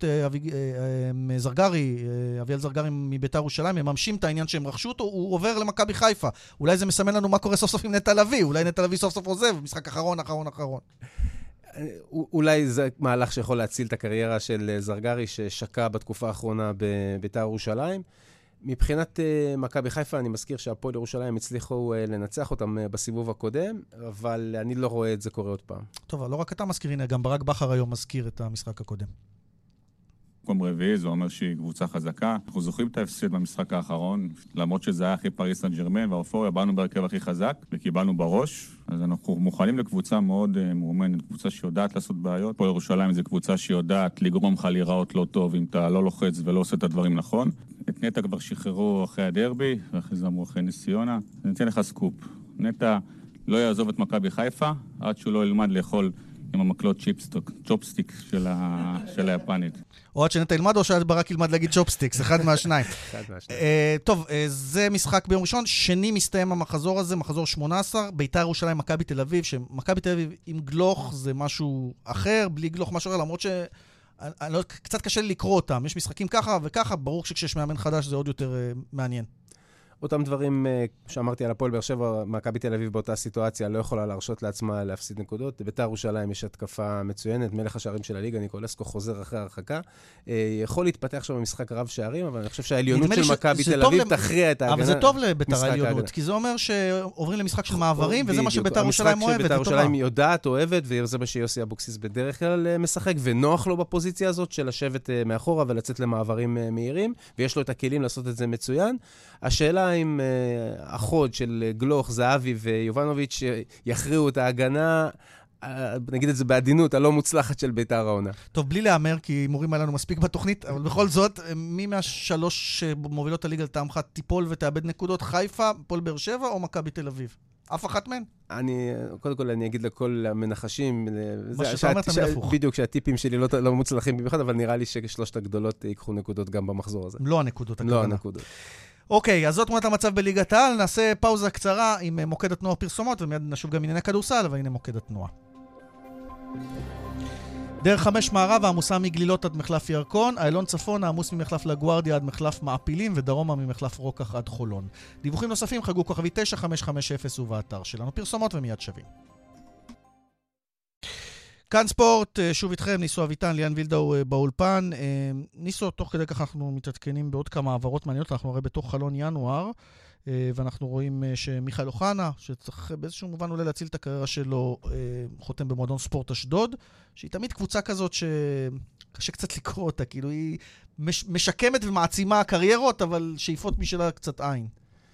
אביאל זרגרי מביתר ירושלים, הם ממשים את העניין שהם רכשו אותו, הוא עובר למכבי חיפה. אולי זה מסמן לנו מה קורה סוף סוף עם נטע לביא, אולי נטע לביא סוף סוף עוזב, משחק אחרון. אולי זה מהלך שיכול להציל את הקריירה של זרגרי ששקע בתקופה האחרונה בביתר ירושלים. מבחינת מכבי חיפה, אני מזכיר שהפועל ירושלים הצליחו לנצח אותם בסיבוב הקודם, אבל אני לא רואה את זה קורה עוד פעם. טוב, לא רק אתה מזכיר, הנה, גם ברק בכר היום מזכיר את המשחק הקודם. מקום רביעי, זה אומר שהיא קבוצה חזקה. אנחנו זוכרים את ההפסד במשחק האחרון, למרות שזה היה הכי פריס סן ז'רמן, והאופוריה באנו בהרכב הכי חזק, וקיבלנו בראש. אז אנחנו מוכנים לקבוצה מאוד מאומנת, קבוצה שיודעת לעשות בעיות. פה ירושלים זה קבוצה שיודעת לגרום לך להיראות לא טוב, אם אתה לא לוחץ ולא עושה את הדברים נכון. את נטע כבר שחררו אחרי הדרבי, ואחרי זה אמרו אחרי נס ציונה. אני אתן לך סקופ. נטע לא יעזוב את מכבי חיפה, עד שהוא לא ילמד לאכול עם המקלות צ'ופסטיק של היפנית. או עד שנטע ילמד, או שעד ברק ילמד להגיד צ'ופסטיקס, אחד מהשניים. טוב, זה משחק ביום ראשון, שני מסתיים המחזור הזה, מחזור 18, ביתר ירושלים, מכבי תל אביב, שמכבי תל אביב עם גלוך זה משהו אחר, בלי גלוך משהו אחר, למרות קצת קשה לקרוא אותם. יש משחקים ככה וככה, ברור שכשיש מאמן חדש זה עוד יותר מעניין. אותם דברים שאמרתי על הפועל באר שבע, מכבי תל אביב באותה סיטואציה לא יכולה להרשות לעצמה להפסיד נקודות. ביתר ירושלים יש התקפה מצוינת, מלך השערים של הליגה, ניקולסקו חוזר אחרי הרחקה. יכול להתפתח שם במשחק רב שערים, אבל אני חושב שהעליונות של מכבי תל אביב תכריע את ההגנה. אבל זה טוב לביתר העליונות, כי זה אומר שעוברים למשחק של מעברים, וזה מה שביתר ירושלים אוהבת. ביתר ירושלים יודעת, אוהבת, וזה מה שיוסי אבוקסיס בדרך כלל משחק, ונוח לו בפוזיציה הזאת של לשבת מאחורה ולצאת למעברים מהירים, ויש לו את הכלים לעשות את זה מצוין. השאלה אם החוד של גלוך, זהבי ויובנוביץ' יכריעו את ההגנה, נגיד את זה בעדינות, הלא מוצלחת של ביתר העונה. טוב, בלי לאמר, כי הימורים עלינו מספיק בתוכנית, אבל בכל זאת, מי מהשלוש שמובילות הליגה לטעמך תיפול ותאבד נקודות? חיפה, הפועל באר שבע או מכבי תל אביב? אף אחת מהן? קודם כל אני אגיד לכל המנחשים, מה שאתה אומר תמיד הפוך. בדיוק שהטיפים שלי לא מוצלחים במיוחד, אבל נראה לי ששלושת הגדולות ייקחו נקודות גם במחזור הזה. לא הנקודות. לא הנקודות. אוקיי, אז זאת תמונת המצב בליגת העל, נעשה פאוזה קצרה עם מוקד התנועה פרסומות, ומיד נשוב גם ענייני כדורסל, אבל הנה מוקד התנועה. דרך 5 מערב העמוסה מגלילות עד מחלף ירקון, איילון צפון העמוס ממחלף לגוארדיה עד מחלף מעפילים, ודרומה ממחלף רוקח עד חולון. דיווחים נוספים חגו כוכבי 9550 ובאתר שלנו. פרסומות ומיד שווים. כאן ספורט, שוב איתכם, ניסו אביטן, ליאן וילדאו באולפן. ניסו, תוך כדי כך אנחנו מתעדכנים בעוד כמה העברות מעניינות, אנחנו הרי בתוך חלון ינואר, ואנחנו רואים שמיכאל אוחנה, שצריך באיזשהו מובן אולי להציל את הקריירה שלו, חותם במועדון ספורט אשדוד, שהיא תמיד קבוצה כזאת שקשה קצת לקרוא אותה, כאילו היא משקמת ומעצימה הקריירות, אבל שאיפות משלה קצת עין.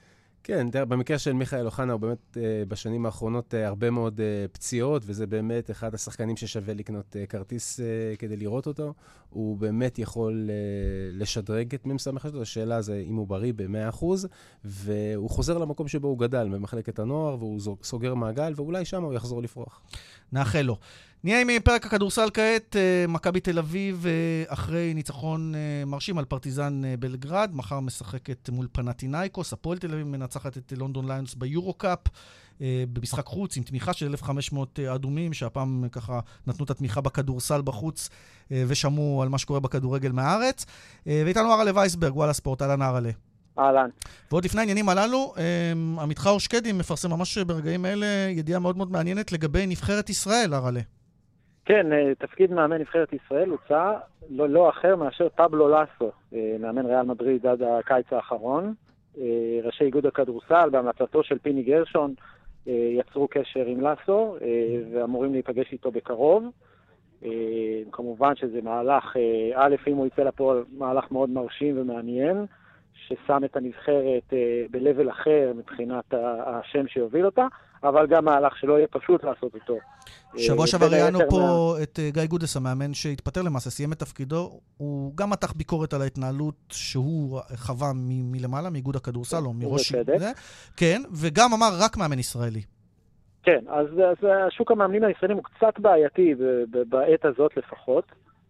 כן, במקרה של מיכאל אוחנה הוא באמת בשנים האחרונות הרבה מאוד פציעות, וזה באמת אחד השחקנים ששווה לקנות כרטיס כדי לראות אותו. הוא באמת יכול לשדרג את מ"ס אשדוד, השאלה זה אם הוא בריא ב-100%, והוא חוזר למקום שבו הוא גדל, במחלקת הנוער, והוא סוגר מעגל, ואולי שם הוא יחזור לפרוח. נאחל לו. נהיה עם פרק הכדורסל כעת, מכבי תל אביב אחרי ניצחון מרשים על פרטיזן בלגרד, מחר משחקת מול פנתינייקוס, הפועל תל אביב מנצחת את לונדון ליונס ביורו-קאפ, במשחק חוץ עם תמיכה של 1,500 אדומים, שהפעם ככה נתנו את התמיכה בכדורסל בחוץ ושמעו על מה שקורה בכדורגל מהארץ. ואיתנו ארלה וייסברג, וואלה ספורט, אהלן ארלה. אהלן. ועוד לפני העניינים הללו, עמיתך אור שקדי מפרסם ממש ברגעים האלה ידיעה מאוד מאוד מעניינת לגבי נבחרת ישראל, ארלה. כן, תפקיד מאמן נבחרת ישראל הוצא לא אחר מאשר פבלו לסו, מאמן ריאל מדריד עד הקיץ האחרון. ראשי איגוד הכדורסל בהמלצתו של פיני גרשון יצרו קשר עם לסו ואמורים להיפגש איתו בקרוב. כמובן שזה מהלך, א', אם הוא יצא לפועל, מהלך מאוד מרשים ומעניין, ששם את הנבחרת בלבל אחר מבחינת השם שיוביל אותה, אבל גם מהלך שלא יהיה פשוט לעשות אותו. שבוע שעבר ראינו פה את גיא גודס, המאמן שהתפטר למעשה, סיים את תפקידו, הוא גם מתח ביקורת על ההתנהלות שהוא חווה מלמעלה, מאיגוד הכדורסל או מראש זה, כן, וגם אמר רק מאמן ישראלי. כן, אז השוק המאמנים הישראלים הוא קצת בעייתי בעת הזאת לפחות,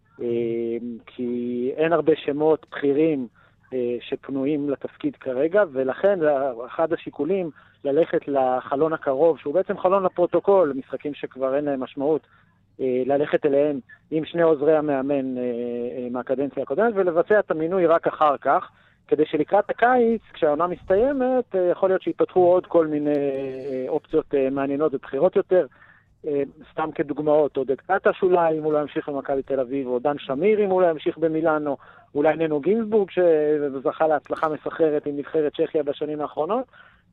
כי אין הרבה שמות בכירים שפנויים לתפקיד כרגע, ולכן אחד השיקולים ללכת לחלון הקרוב, שהוא בעצם חלון לפרוטוקול, משחקים שכבר אין להם משמעות, ללכת אליהם עם שני עוזרי המאמן מהקדנציה הקודמת, ולבצע את המינוי רק אחר כך, כדי שלקראת הקיץ, כשהעונה מסתיימת, יכול להיות שיפתחו עוד כל מיני אופציות מעניינות ובחירות יותר. סתם כדוגמאות, עודד קטש אולי, אם הוא לא ימשיך במכבי תל אביב, או דן שמיר אם הוא לא ימשיך במילאנו, אולי ננו גינסבורג שזכה להצלחה מסחררת עם נבחרת צ'כיה בשנים האחרונות.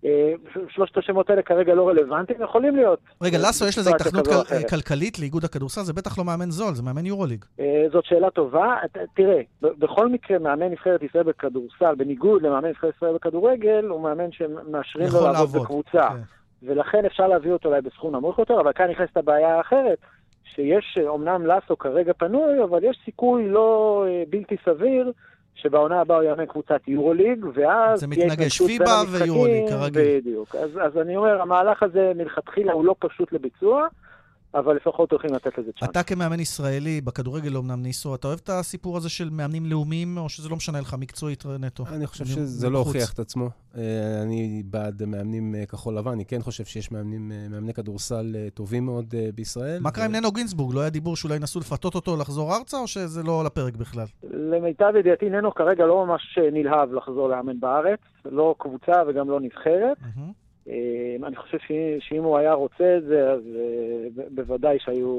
שלושת השמות האלה כרגע לא רלוונטיים, יכולים להיות. רגע, לסו, יש לזה התכנות כלכלית לאיגוד הכדורסל? זה בטח לא מאמן זול, זה מאמן יורוליג. זאת שאלה טובה. תראה, בכל מקרה מאמן נבחרת ישראל בכדורסל, בניגוד למאמן נבחרת ישראל בכדורגל, הוא מאמן שמאשרים לו לעבוד בקבוצה. ולכן אפשר להביא אותו אולי בסכום נמוך יותר, אבל כאן נכנסת הבעיה האחרת, שיש אומנם לסו כרגע פנוי, אבל יש סיכוי לא בלתי סביר, שבעונה הבאה הוא יאמן קבוצת יורוליג, ואז... זה מתנגש פיבה ויורוליג, כרגיל. בדיוק. אז אני אומר, המהלך הזה מלכתחילה הוא לא פשוט לביצוע, אבל לפחות הולכים לתת לזה צ'אנס. אתה כמאמן ישראלי, בכדורגל אומנם ניסו, אתה אוהב את הסיפור הזה של מאמנים לאומיים, או שזה לא משנה לך מקצועית נטו? אני חושב שזה לא הוכיח את עצמו. אני בעד מאמנים כחול לבן, אני כן חושב שיש מאמני כדורסל טובים מאוד בישראל. מה קרה עם ננו גינסבורג? לא היה דיבור שאולי נסו לפתות אותו לחזור ארצה, או שזה לא על הפרק בכלל? למיטב ידיעתי, ננו כרגע לא ממש נלהב לחזור לאמן בארץ, לא קבוצה וגם לא נבחרת. אני חושב שאם הוא היה רוצה את זה, אז בוודאי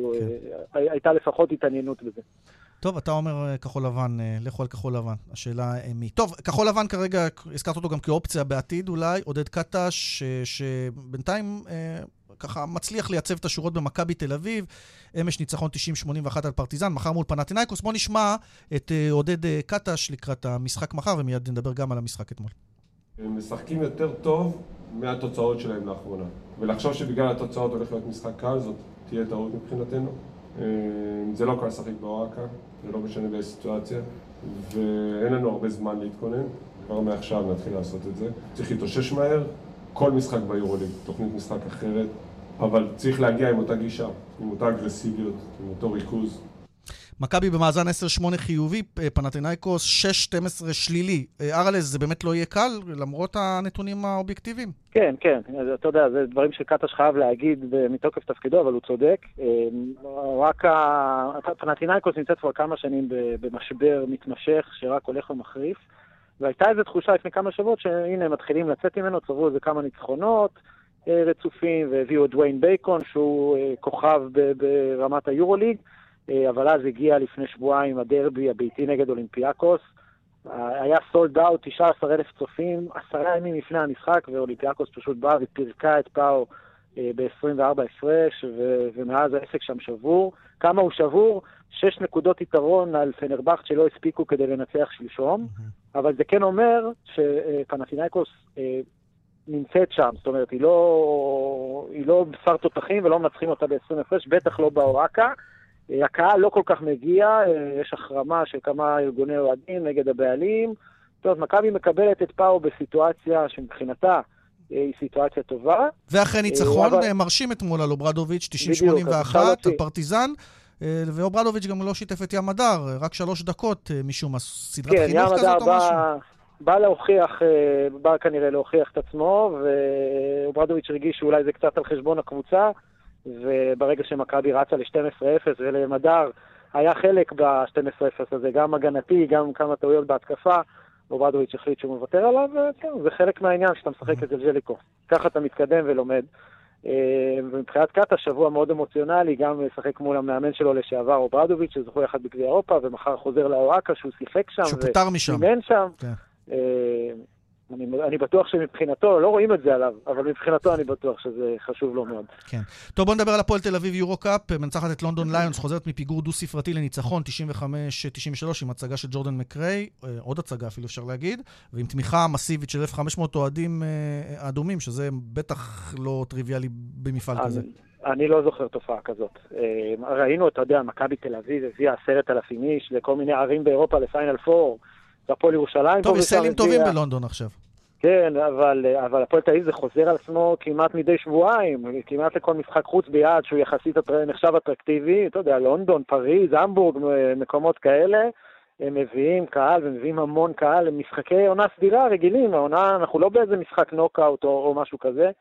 שהייתה לפחות התעניינות בזה. טוב, אתה אומר כחול לבן, לכו על כחול לבן. השאלה מי. טוב, כחול לבן כרגע, הזכרת אותו גם כאופציה בעתיד אולי, עודד קטש, שבינתיים ככה מצליח לייצב את השורות במכבי תל אביב, אמש ניצחון 90-81 על פרטיזן, מחר מול פנתינייקוס. בוא נשמע את עודד קטש לקראת המשחק מחר, ומיד נדבר גם על המשחק אתמול. הם משחקים יותר טוב מהתוצאות שלהם לאחרונה. ולחשוב שבגלל התוצאות הולך להיות משחק קל, זאת תהיה טעות מבחינתנו. זה לא קל לשחק באורקה, זה לא משנה באיזו סיטואציה, ואין לנו הרבה זמן להתכונן. כבר מעכשיו נתחיל לעשות את זה. צריך להתאושש מהר, כל משחק ביורוליג, תוכנית משחק אחרת, אבל צריך להגיע עם אותה גישה, עם אותה אגרסיביות, עם אותו ריכוז. מכבי במאזן 10-8 חיובי, פנתינייקוס 6-12 שלילי. ארלס, זה באמת לא יהיה קל, למרות הנתונים האובייקטיביים? כן, כן. אתה יודע, זה דברים שקטש חייב להגיד מתוקף תפקידו, אבל הוא צודק. רק פנתינייקוס נמצאת כבר כמה שנים במשבר מתמשך, שרק הולך ומחריף, והייתה איזו תחושה לפני כמה שבועות, שהנה הם מתחילים לצאת ממנו, צברו איזה כמה ניצחונות רצופים, והביאו את דוויין בייקון, שהוא כוכב ברמת היורוליג, אבל אז הגיע לפני שבועיים הדרבי הביתי נגד אולימפיאקוס, היה סולד אאוט, 19,000 צופים, 10 ימים לפני המשחק, ואולימפיאקוס פשוט באה ופירקה את פאו ב-24 הפרש, ומאז העסק שם שבור. כמה הוא שבור? 6 נקודות יתרון על פנרבכט שלא הספיקו כדי לנצח שלשום, אבל זה כן אומר שפנתינייקוס נמצאת שם, זאת אומרת, היא לא בשר תותחים ולא מנצחים אותה ב-20 הפרש, בטח לא באורקה. הקהל לא כל כך מגיע, יש החרמה של כמה ארגוני אוהדים נגד הבעלים. טוב, מכבי מקבלת את פאו בסיטואציה שמבחינתה היא סיטואציה טובה. ואחרי ניצחון מרשים אתמול על אוברדוביץ' 90-81 על פרטיזן, ואוברדוביץ' גם לא שיתף את ים הדר, רק 3 דקות משום סדרת חינוך כזאת או משהו. בא כנראה להוכיח את עצמו, ואוברדוביץ' הרגיש שאולי זה קצת על חשבון הקבוצה, וברגע שמכבי רצה ל-12-0 ולמדר היה חלק ב-12-0 הזה, גם הגנתי, גם כמה טעויות בהתקפה, אוברדוביץ' החליט שהוא מוותר עליו, זה חלק מהעניין שאתה משחק את זלז'ליקו. ככה אתה מתקדם ולומד. ומבחינת קאטה, שבוע מאוד אמוציונלי, גם משחק מול המאמן שלו לשעבר אוברדוביץ', שזכו יחד בגביע אירופה, ומחר חוזר לאורקה, שהוא שיחק שם. שהוא פוטר משם. ואימן שם. כן. אני בטוח שמבחינתו, לא רואים את זה עליו, אבל מבחינתו אני בטוח שזה חשוב לו מאוד. כן. טוב, בוא נדבר על הפועל תל אביב יורו-קאפ, מנצחת את לונדון ליונס, חוזרת מפיגור דו-ספרתי לניצחון, 95-93, עם הצגה של ג'ורדן מקריי, עוד הצגה אפילו אפשר להגיד, ועם תמיכה מסיבית של 1,500 אוהדים אדומים, שזה בטח לא טריוויאלי במפעל כזה. אני לא זוכר תופעה כזאת. ראינו, אתה יודע, מכבי תל אביב הביאה 10,000 איש לכל מיני ערים באירופה לפיינל 4, הפועל ירושלים. טוב, יש סלים טובים בלונדון עכשיו. כן, אבל הפועל תל אביב זה חוזר על עצמו כמעט מדי שבועיים, כמעט לכל משחק חוץ ביד שהוא יחסית נחשב אטרקטיבי, אתה יודע, לונדון, פריז, המבורג, מקומות כאלה, הם מביאים קהל ומביאים המון קהל, הם משחקי עונה סדירה רגילים, העונה, אנחנו לא באיזה משחק נוקאוט או משהו כזה.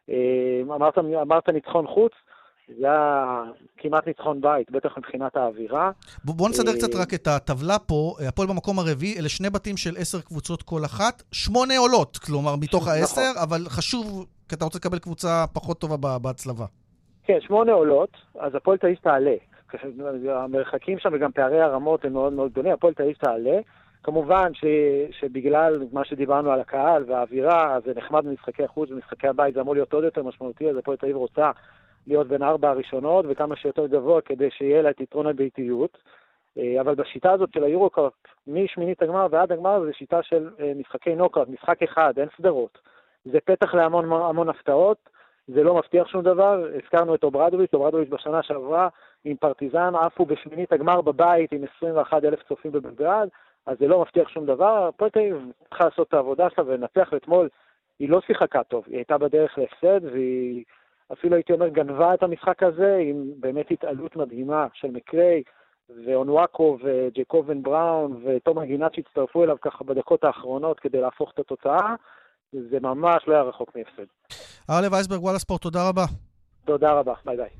אמרת ניצחון חוץ, זה היה כמעט ניצחון בית, בטח מבחינת האווירה. בואו נסדר קצת רק את הטבלה פה. הפועל במקום הרביעי, אלה 2 בתים של 10 קבוצות כל אחת, 8 עולות, כלומר מתוך ה-10, אבל חשוב, כי אתה רוצה לקבל קבוצה פחות טובה בהצלבה. כן, 8 עולות, אז הפועל תל אביב תעלה. המרחקים שם וגם פערי הרמות הם מאוד מאוד גדולים, הפועל תל אביב תעלה. כמובן שבגלל מה שדיברנו על הקהל והאווירה, זה נחמד במשחקי החוץ, במשחקי הבית זה אמור להיות עוד יותר משמעותי, אז הפועל תל אביב רוצה להיות בין 4 הראשונות וכמה שיותר גבוה כדי שיהיה לה את יתרון הביתיות. אבל בשיטה הזאת של היורו-קאפ, משמינית הגמר ועד הגמר, זה שיטה של משחקי נוקאאוט, משחק אחד, אין סדרות. זה פתח להמון הפתעות, זה לא מבטיח שום דבר. הזכרנו את אוברדוביץ' בשנה שעברה עם פרטיזן, עפו בשמינית הגמר בבית עם 21,000 צופים בבלגרד, אז זה לא מבטיח שום דבר. הפועל תל אביב צריכה לעשות את העבודה שלה ולנצח, ואתמול היא לא שיחקה טוב, היא הייתה בדרך להפסד, והיא אפילו הייתי אומר גנבה את המשחק הזה עם באמת התעלות מדהימה של מקריי ואונוואקו וג'קובן בראון ותומר גינת שהצטרפו אליו ככה בדקות האחרונות כדי להפוך את התוצאה. זה ממש לא היה רחוק מהפסד. ארלב אייסברג, וואלה ספורט, תודה רבה. תודה רבה, ביי ביי.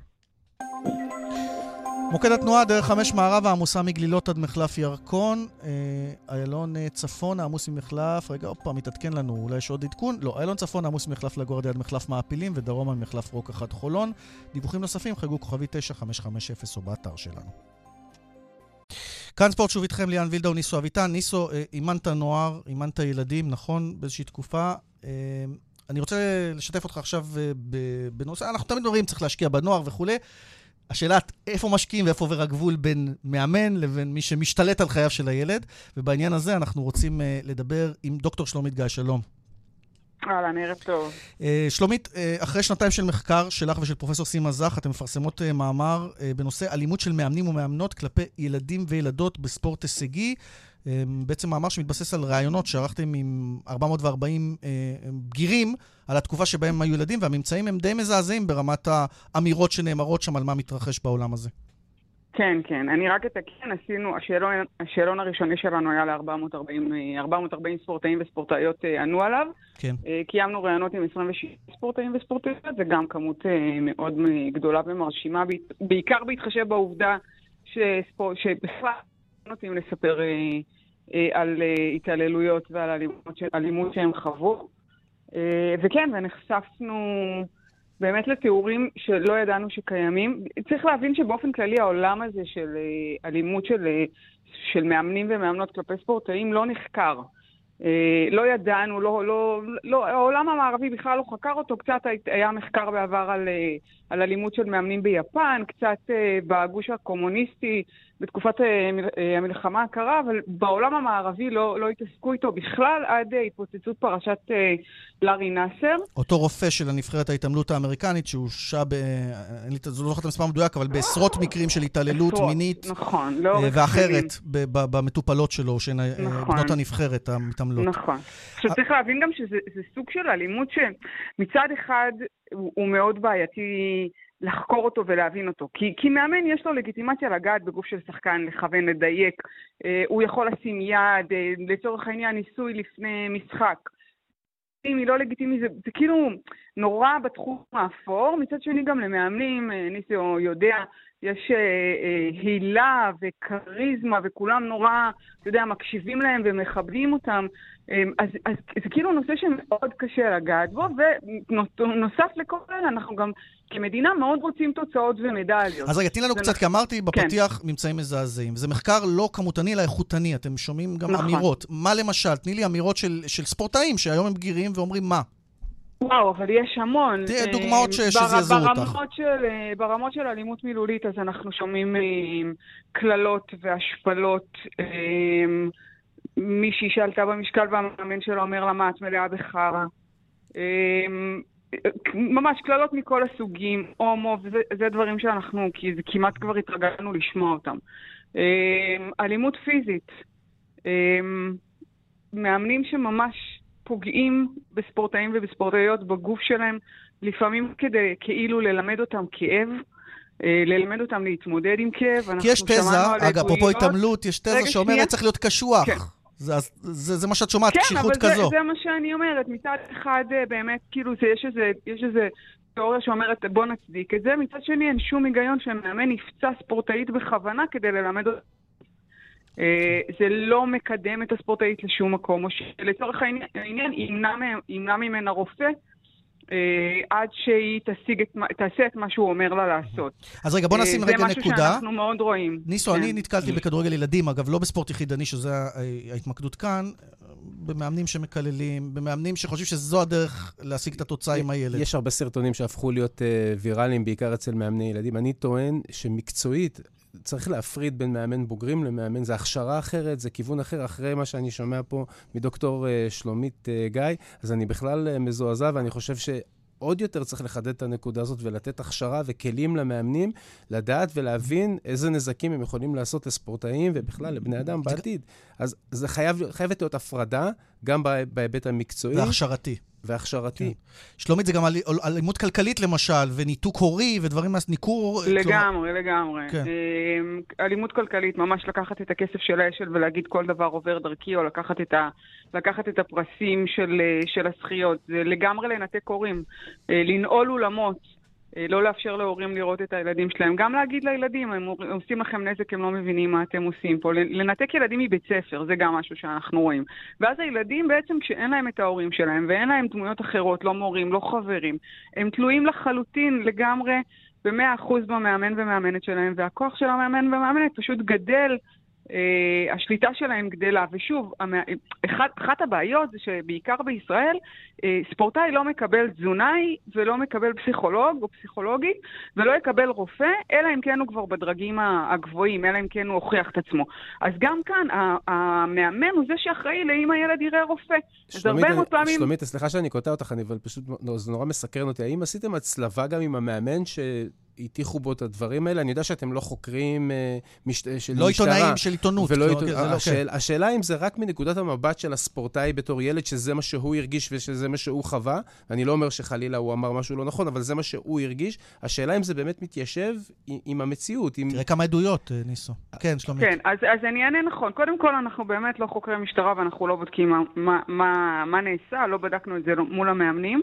מוקד התנועה דרך 5 מערב העמוסה מגלילות עד מחלף ירקון, איילון צפון העמוס ממחלף, רגע, אופה, מתעדכן לנו, אולי יש עוד עדכון? לא, איילון צפון העמוס ממחלף לגורדיה עד מחלף מעפילים ודרומה ממחלף רוק 1 חולון. דיווחים נוספים חגו כוכבי 9550 או באתר שלנו. כאן ספורט שוב איתכם, ליאן וילדאו, ניסו אביטן. ניסו, אימנת נוער, אימנת ילדים, נכון, באיזושהי תקופה. אני רוצה לשתף אותך עכשיו בנושא, אנחנו תמיד אומרים צריך להשקיע בנוער וכו'. השאלה איפה משקיעים ואיפה עובר הגבול בין מאמן לבין מי שמשתלט על חייו של הילד, ובעניין הזה אנחנו רוצים לדבר עם דוקטור שלומית גיא. שלום. אהלן, ערב טוב. שלומית, אחרי 2 של מחקר שלך ושל פרופסור סימה זך, אתם מפרסמות מאמר בנושא אלימות של מאמנים ומאמנות כלפי ילדים וילדות בספורט הישגי, בעצם מאמר שמתבסס על רעיונות שערכתם עם 440 בגירים על התקופה שבהם היו ילדים, והממצאים הם די מזעזעים ברמת האמירות שנאמרות שם על מה מתרחש בעולם הזה. כן, כן. אני רק אתקן, השאלון הראשוני שלנו היה ל-440 ספורטאים וספורטאיות ענו עליו. כן. קיימנו רעיונות עם 26 ספורטאים וספורטאיות, זה גם כמות מאוד גדולה ומרשימה, בעיקר בהתחשב בעובדה שבכלל נותנים לספר על התעללויות ועל אלימות שהם חוו. וכן, ונחשפנו באמת לתיאורים שלא ידענו שקיימים. צריך להבין שבאופן כללי העולם הזה של אלימות של מאמנים ומאמנות כלפי ספורטאים לא נחקר. לא ידענו, העולם המערבי בכלל לא חקר אותו, קצת היה מחקר בעבר על אלימות של מאמנים ביפן, קצת בגוש הקומוניסטי בתקופת המלחמה הקרה, אבל בעולם המערבי לא התעסקו איתו בכלל עד התפוצצות פרשת לארי נאסר. אותו רופא של הנבחרת ההתעמלות האמריקנית, שהוא שעה אני לא זוכר את המספר המדויק, אבל בעשרות מקרים של התעללות מינית, נכון, ואחרת במטופלות שלו, שהן בנות הנבחרת המתעמלות. נכון. עכשיו צריך להבין גם שזה סוג של אלימות שמצד אחד הוא מאוד בעייתי לחקור אותו ולהבין אותו. כי מאמן יש לו לגיטימציה לגעת בגוף של שחקן, לכוון, לדייק. הוא יכול לשים יד, לצורך העניין ניסוי לפני משחק. אם היא לא לגיטימי, זה כאילו נורא בתחום האפור. מצד שני גם למאמנים, ניסו יודע, יש הילה וקריזמה וכולם נורא, אתה יודע, מקשיבים להם ומכבדים אותם. אז זה כאילו נושא שמאוד קשה לגעת בו, ונוסף לכל אלה, אנחנו גם כמדינה מאוד רוצים תוצאות ומדליות. אז רגע, תני לנו קצת, כי אמרתי בפתיח ממצאים מזעזעים. זה מחקר לא כמותני, אלא איכותני. אתם שומעים גם אמירות. מה למשל? תני לי אמירות של ספורטאים שהיום הם בגירים ואומרים מה? וואו, אבל יש המון. דוגמאות שזעזעו אותך. ברמות של אלימות מילולית, אז אנחנו שומעים כללות והשפלות. מישהי שעלתה במשקל והמאמן שלו אומר לה, מה את מלאה בחרה. ממש כללות מכל הסוגים, הומו, וזה דברים שאנחנו, כי זה כמעט כבר התרגלנו לשמוע אותם. אלימות פיזית. מאמנים שממש פוגעים בספורטאים ובספורטאיות בגוף שלהם, לפעמים כדי כאילו ללמד אותם כאב, ללמד אותם להתמודד עם כאב. כי יש תזה, אגב, אפרופו התעמלות, יש תזה שאומרת צריך להיות קשוח. זה מה שאת שומעת, קשיחות כזו. כן, אבל זה מה שאני אומרת. מצד אחד באמת, כאילו, יש איזה תיאוריה שאומרת, בוא נצדיק את זה. מצד שני, אין שום היגיון שמאמן יפצע ספורטאית בכוונה כדי ללמד אותה. זה לא מקדם את הספורטאית לשום מקום, או שלצורך העניין ימנע ממנה רופא, עד שהיא תעשה את מה שהוא אומר לה לעשות. אז רגע, בוא נשים רגע נקודה. זה משהו שאנחנו מאוד רואים. ניסו, אני נתקלתי בכדורגל ילדים, אגב, לא בספורט יחידני, שזה ההתמקדות כאן, במאמנים שמקללים, במאמנים שחושבים שזו הדרך להשיג את התוצאה עם הילד. יש הרבה סרטונים שהפכו להיות ויראליים, בעיקר אצל מאמני ילדים. אני טוען שמקצועית צריך להפריד בין מאמן בוגרים למאמן, זה הכשרה אחרת, זה כיוון אחר, אחרי מה שאני שומע פה מדוקטור שלומית גיא, אז אני בכלל מזועזע, ואני חושב שעוד יותר צריך לחדד את הנקודה הזאת, ולתת הכשרה וכלים למאמנים, לדעת ולהבין איזה נזקים הם יכולים לעשות לספורטאים, ובכלל לבני אדם בעתיד. אז זה חייבת להיות הפרדה, גם בהיבט המקצועי. והכשרתי. שלומית, זה גם אלימות כלכלית למשל, וניתוק הורי ודברים ניכור. לגמרי. אלימות כלכלית, ממש לקחת את הכסף של האשל ולהגיד כל דבר עובר דרכי, או לקחת את הפרסים של הזכיות. זה לגמרי לנתק הורים, לנעול אולמות. לא לאפשר להורים לראות את הילדים שלהם. גם להגיד לילדים, הם עושים לכם נזק, הם לא מבינים מה אתם עושים פה. לנתק ילדים מבית ספר, זה גם משהו שאנחנו רואים. ואז הילדים בעצם, כשאין להם את ההורים שלהם, ואין להם דמויות אחרות, לא מורים, לא חברים, הם תלויים לחלוטין לגמרי ב100% במאמן ומאמנת שלהם, והכוח של המאמן ומאמנת פשוט גדל, השליטה שלהם גדלה. ושוב, אחת הבעיות זה שבעיקר בישראל, ספורטאי לא מקבל תזונאי ולא מקבל פסיכולוג או פסיכולוגית, ולא יקבל רופא, אלא אם כן הוא כבר בדרגים הגבוהים, אלא אם כן הוא הוכיח את עצמו. אז גם כאן, המאמן הוא זה שאחראי לאם הילד יראה רופא. שלומית, סליחה שאני קוטע אותך, אבל פשוט זה נורא מסקרן אותי. האם עשיתם הצלבה גם עם המאמן שהתיחו בו את הדברים האלה? אני יודע שאתם לא חוקרים של משטרה. לא עיתונאים של עיתונות. השאלה אם זה רק מנקודת המבט של הספורטאי בתור ילד, שזה מה שהוא הרגיש ושזה מה שהוא חווה. אני לא אומר שחלילה הוא אמר משהו לא נכון, אבל זה מה שהוא הרגיש. השאלה אם זה באמת מתיישב עם המציאות. תראה כמה עדויות, ניסו. כן, שלומית. כן, אז אני אענה נכון. קודם כל, אנחנו באמת לא חוקרי משטרה, ואנחנו לא בודקים מה נעשה, לא בדקנו את זה מול המאמנים.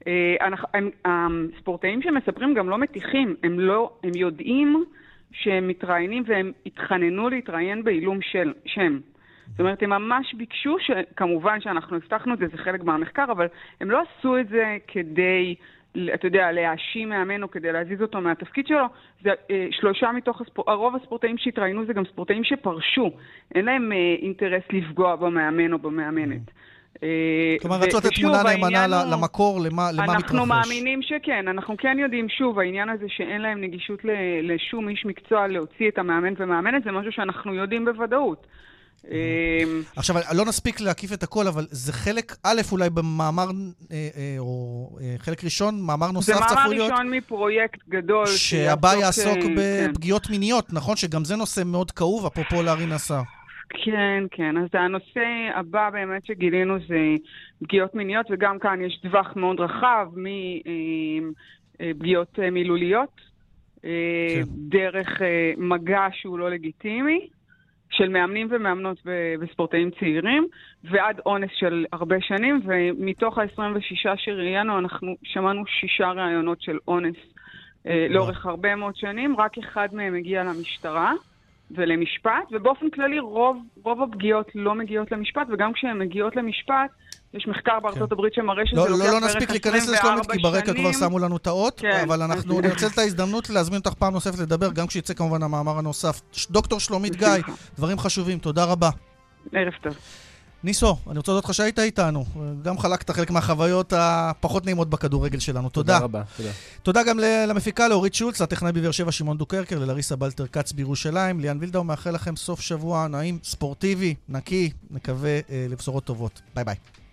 הספורטאים שמספרים גם לא מתיחים, הם יודעים שהם מתראיינים והם התחננו להתראיין בעילום שם. זאת אומרת, הם ממש ביקשו, כמובן שאנחנו הבטחנו את זה, זה חלק מהמחקר, אבל הם לא עשו את זה כדי, אתה יודע, להאשים מאמן או כדי להזיז אותו מהתפקיד שלו. זה 3 מתוך הרוב הספורטאים שהתראיינו זה גם ספורטאים שפרשו. אין להם אינטרס לפגוע במאמן או במאמנת. כלומר, רצו לתת תמונה נאמנה למקור, למה מתרחש. אנחנו מאמינים שכן, אנחנו כן יודעים, שוב, העניין הזה שאין להם נגישות לשום איש מקצוע להוציא את המאמן ומאמנת, זה משהו שאנחנו יודעים בוודאות. עכשיו, לא נספיק להקיף את הכל, אבל זה חלק א' אולי במאמר, או חלק ראשון, מאמר נוסף צפוי להיות. זה מאמר ראשון מפרויקט גדול. שהבא יעסוק בפגיעות מיניות, נכון? שגם זה נושא מאוד כאוב, אפרופו לארי נסה. כן, כן. אז הנושא הבא באמת שגילינו זה פגיעות מיניות, וגם כאן יש טווח מאוד רחב מפגיעות מילוליות, דרך מגע שהוא לא לגיטימי, של מאמנים ומאמנות בספורטאים צעירים, ועד אונס של הרבה שנים, ומתוך ה-26 שראיינו, אנחנו שמענו 6 ראיונות של אונס לאורך הרבה מאוד שנים, רק אחד מהם הגיע למשטרה ולמשפט, ובאופן כללי רוב הפגיעות לא מגיעות למשפט, וגם כשהן מגיעות למשפט, יש מחקר בארצות הברית שמראה שזה לוקח בערך 24 שנים. לא נספיק להיכנס לסלומית, כי ברקע כבר שמו לנו את האות, אבל אנחנו נרצה את ההזדמנות להזמין אותך פעם נוספת לדבר, גם כשיצא כמובן המאמר הנוסף. דוקטור שלומית גיא, דברים חשובים, תודה רבה. ערב טוב. ניסו, אני רוצה לדעת לך שהיית איתנו. גם חלקת חלק מהחוויות הפחות נעימות בכדורגל שלנו. תודה. רבה, תודה. תודה גם למפיקה, לאורית שולץ, לטכנאי בבאר שבע שמעון דוקרקר, ללריסה בלטר קץ בירושלים. ליאן וילדאו מאחל לכם סוף שבוע נעים, ספורטיבי, נקי, נקווה לבשורות טובות. ביי ביי.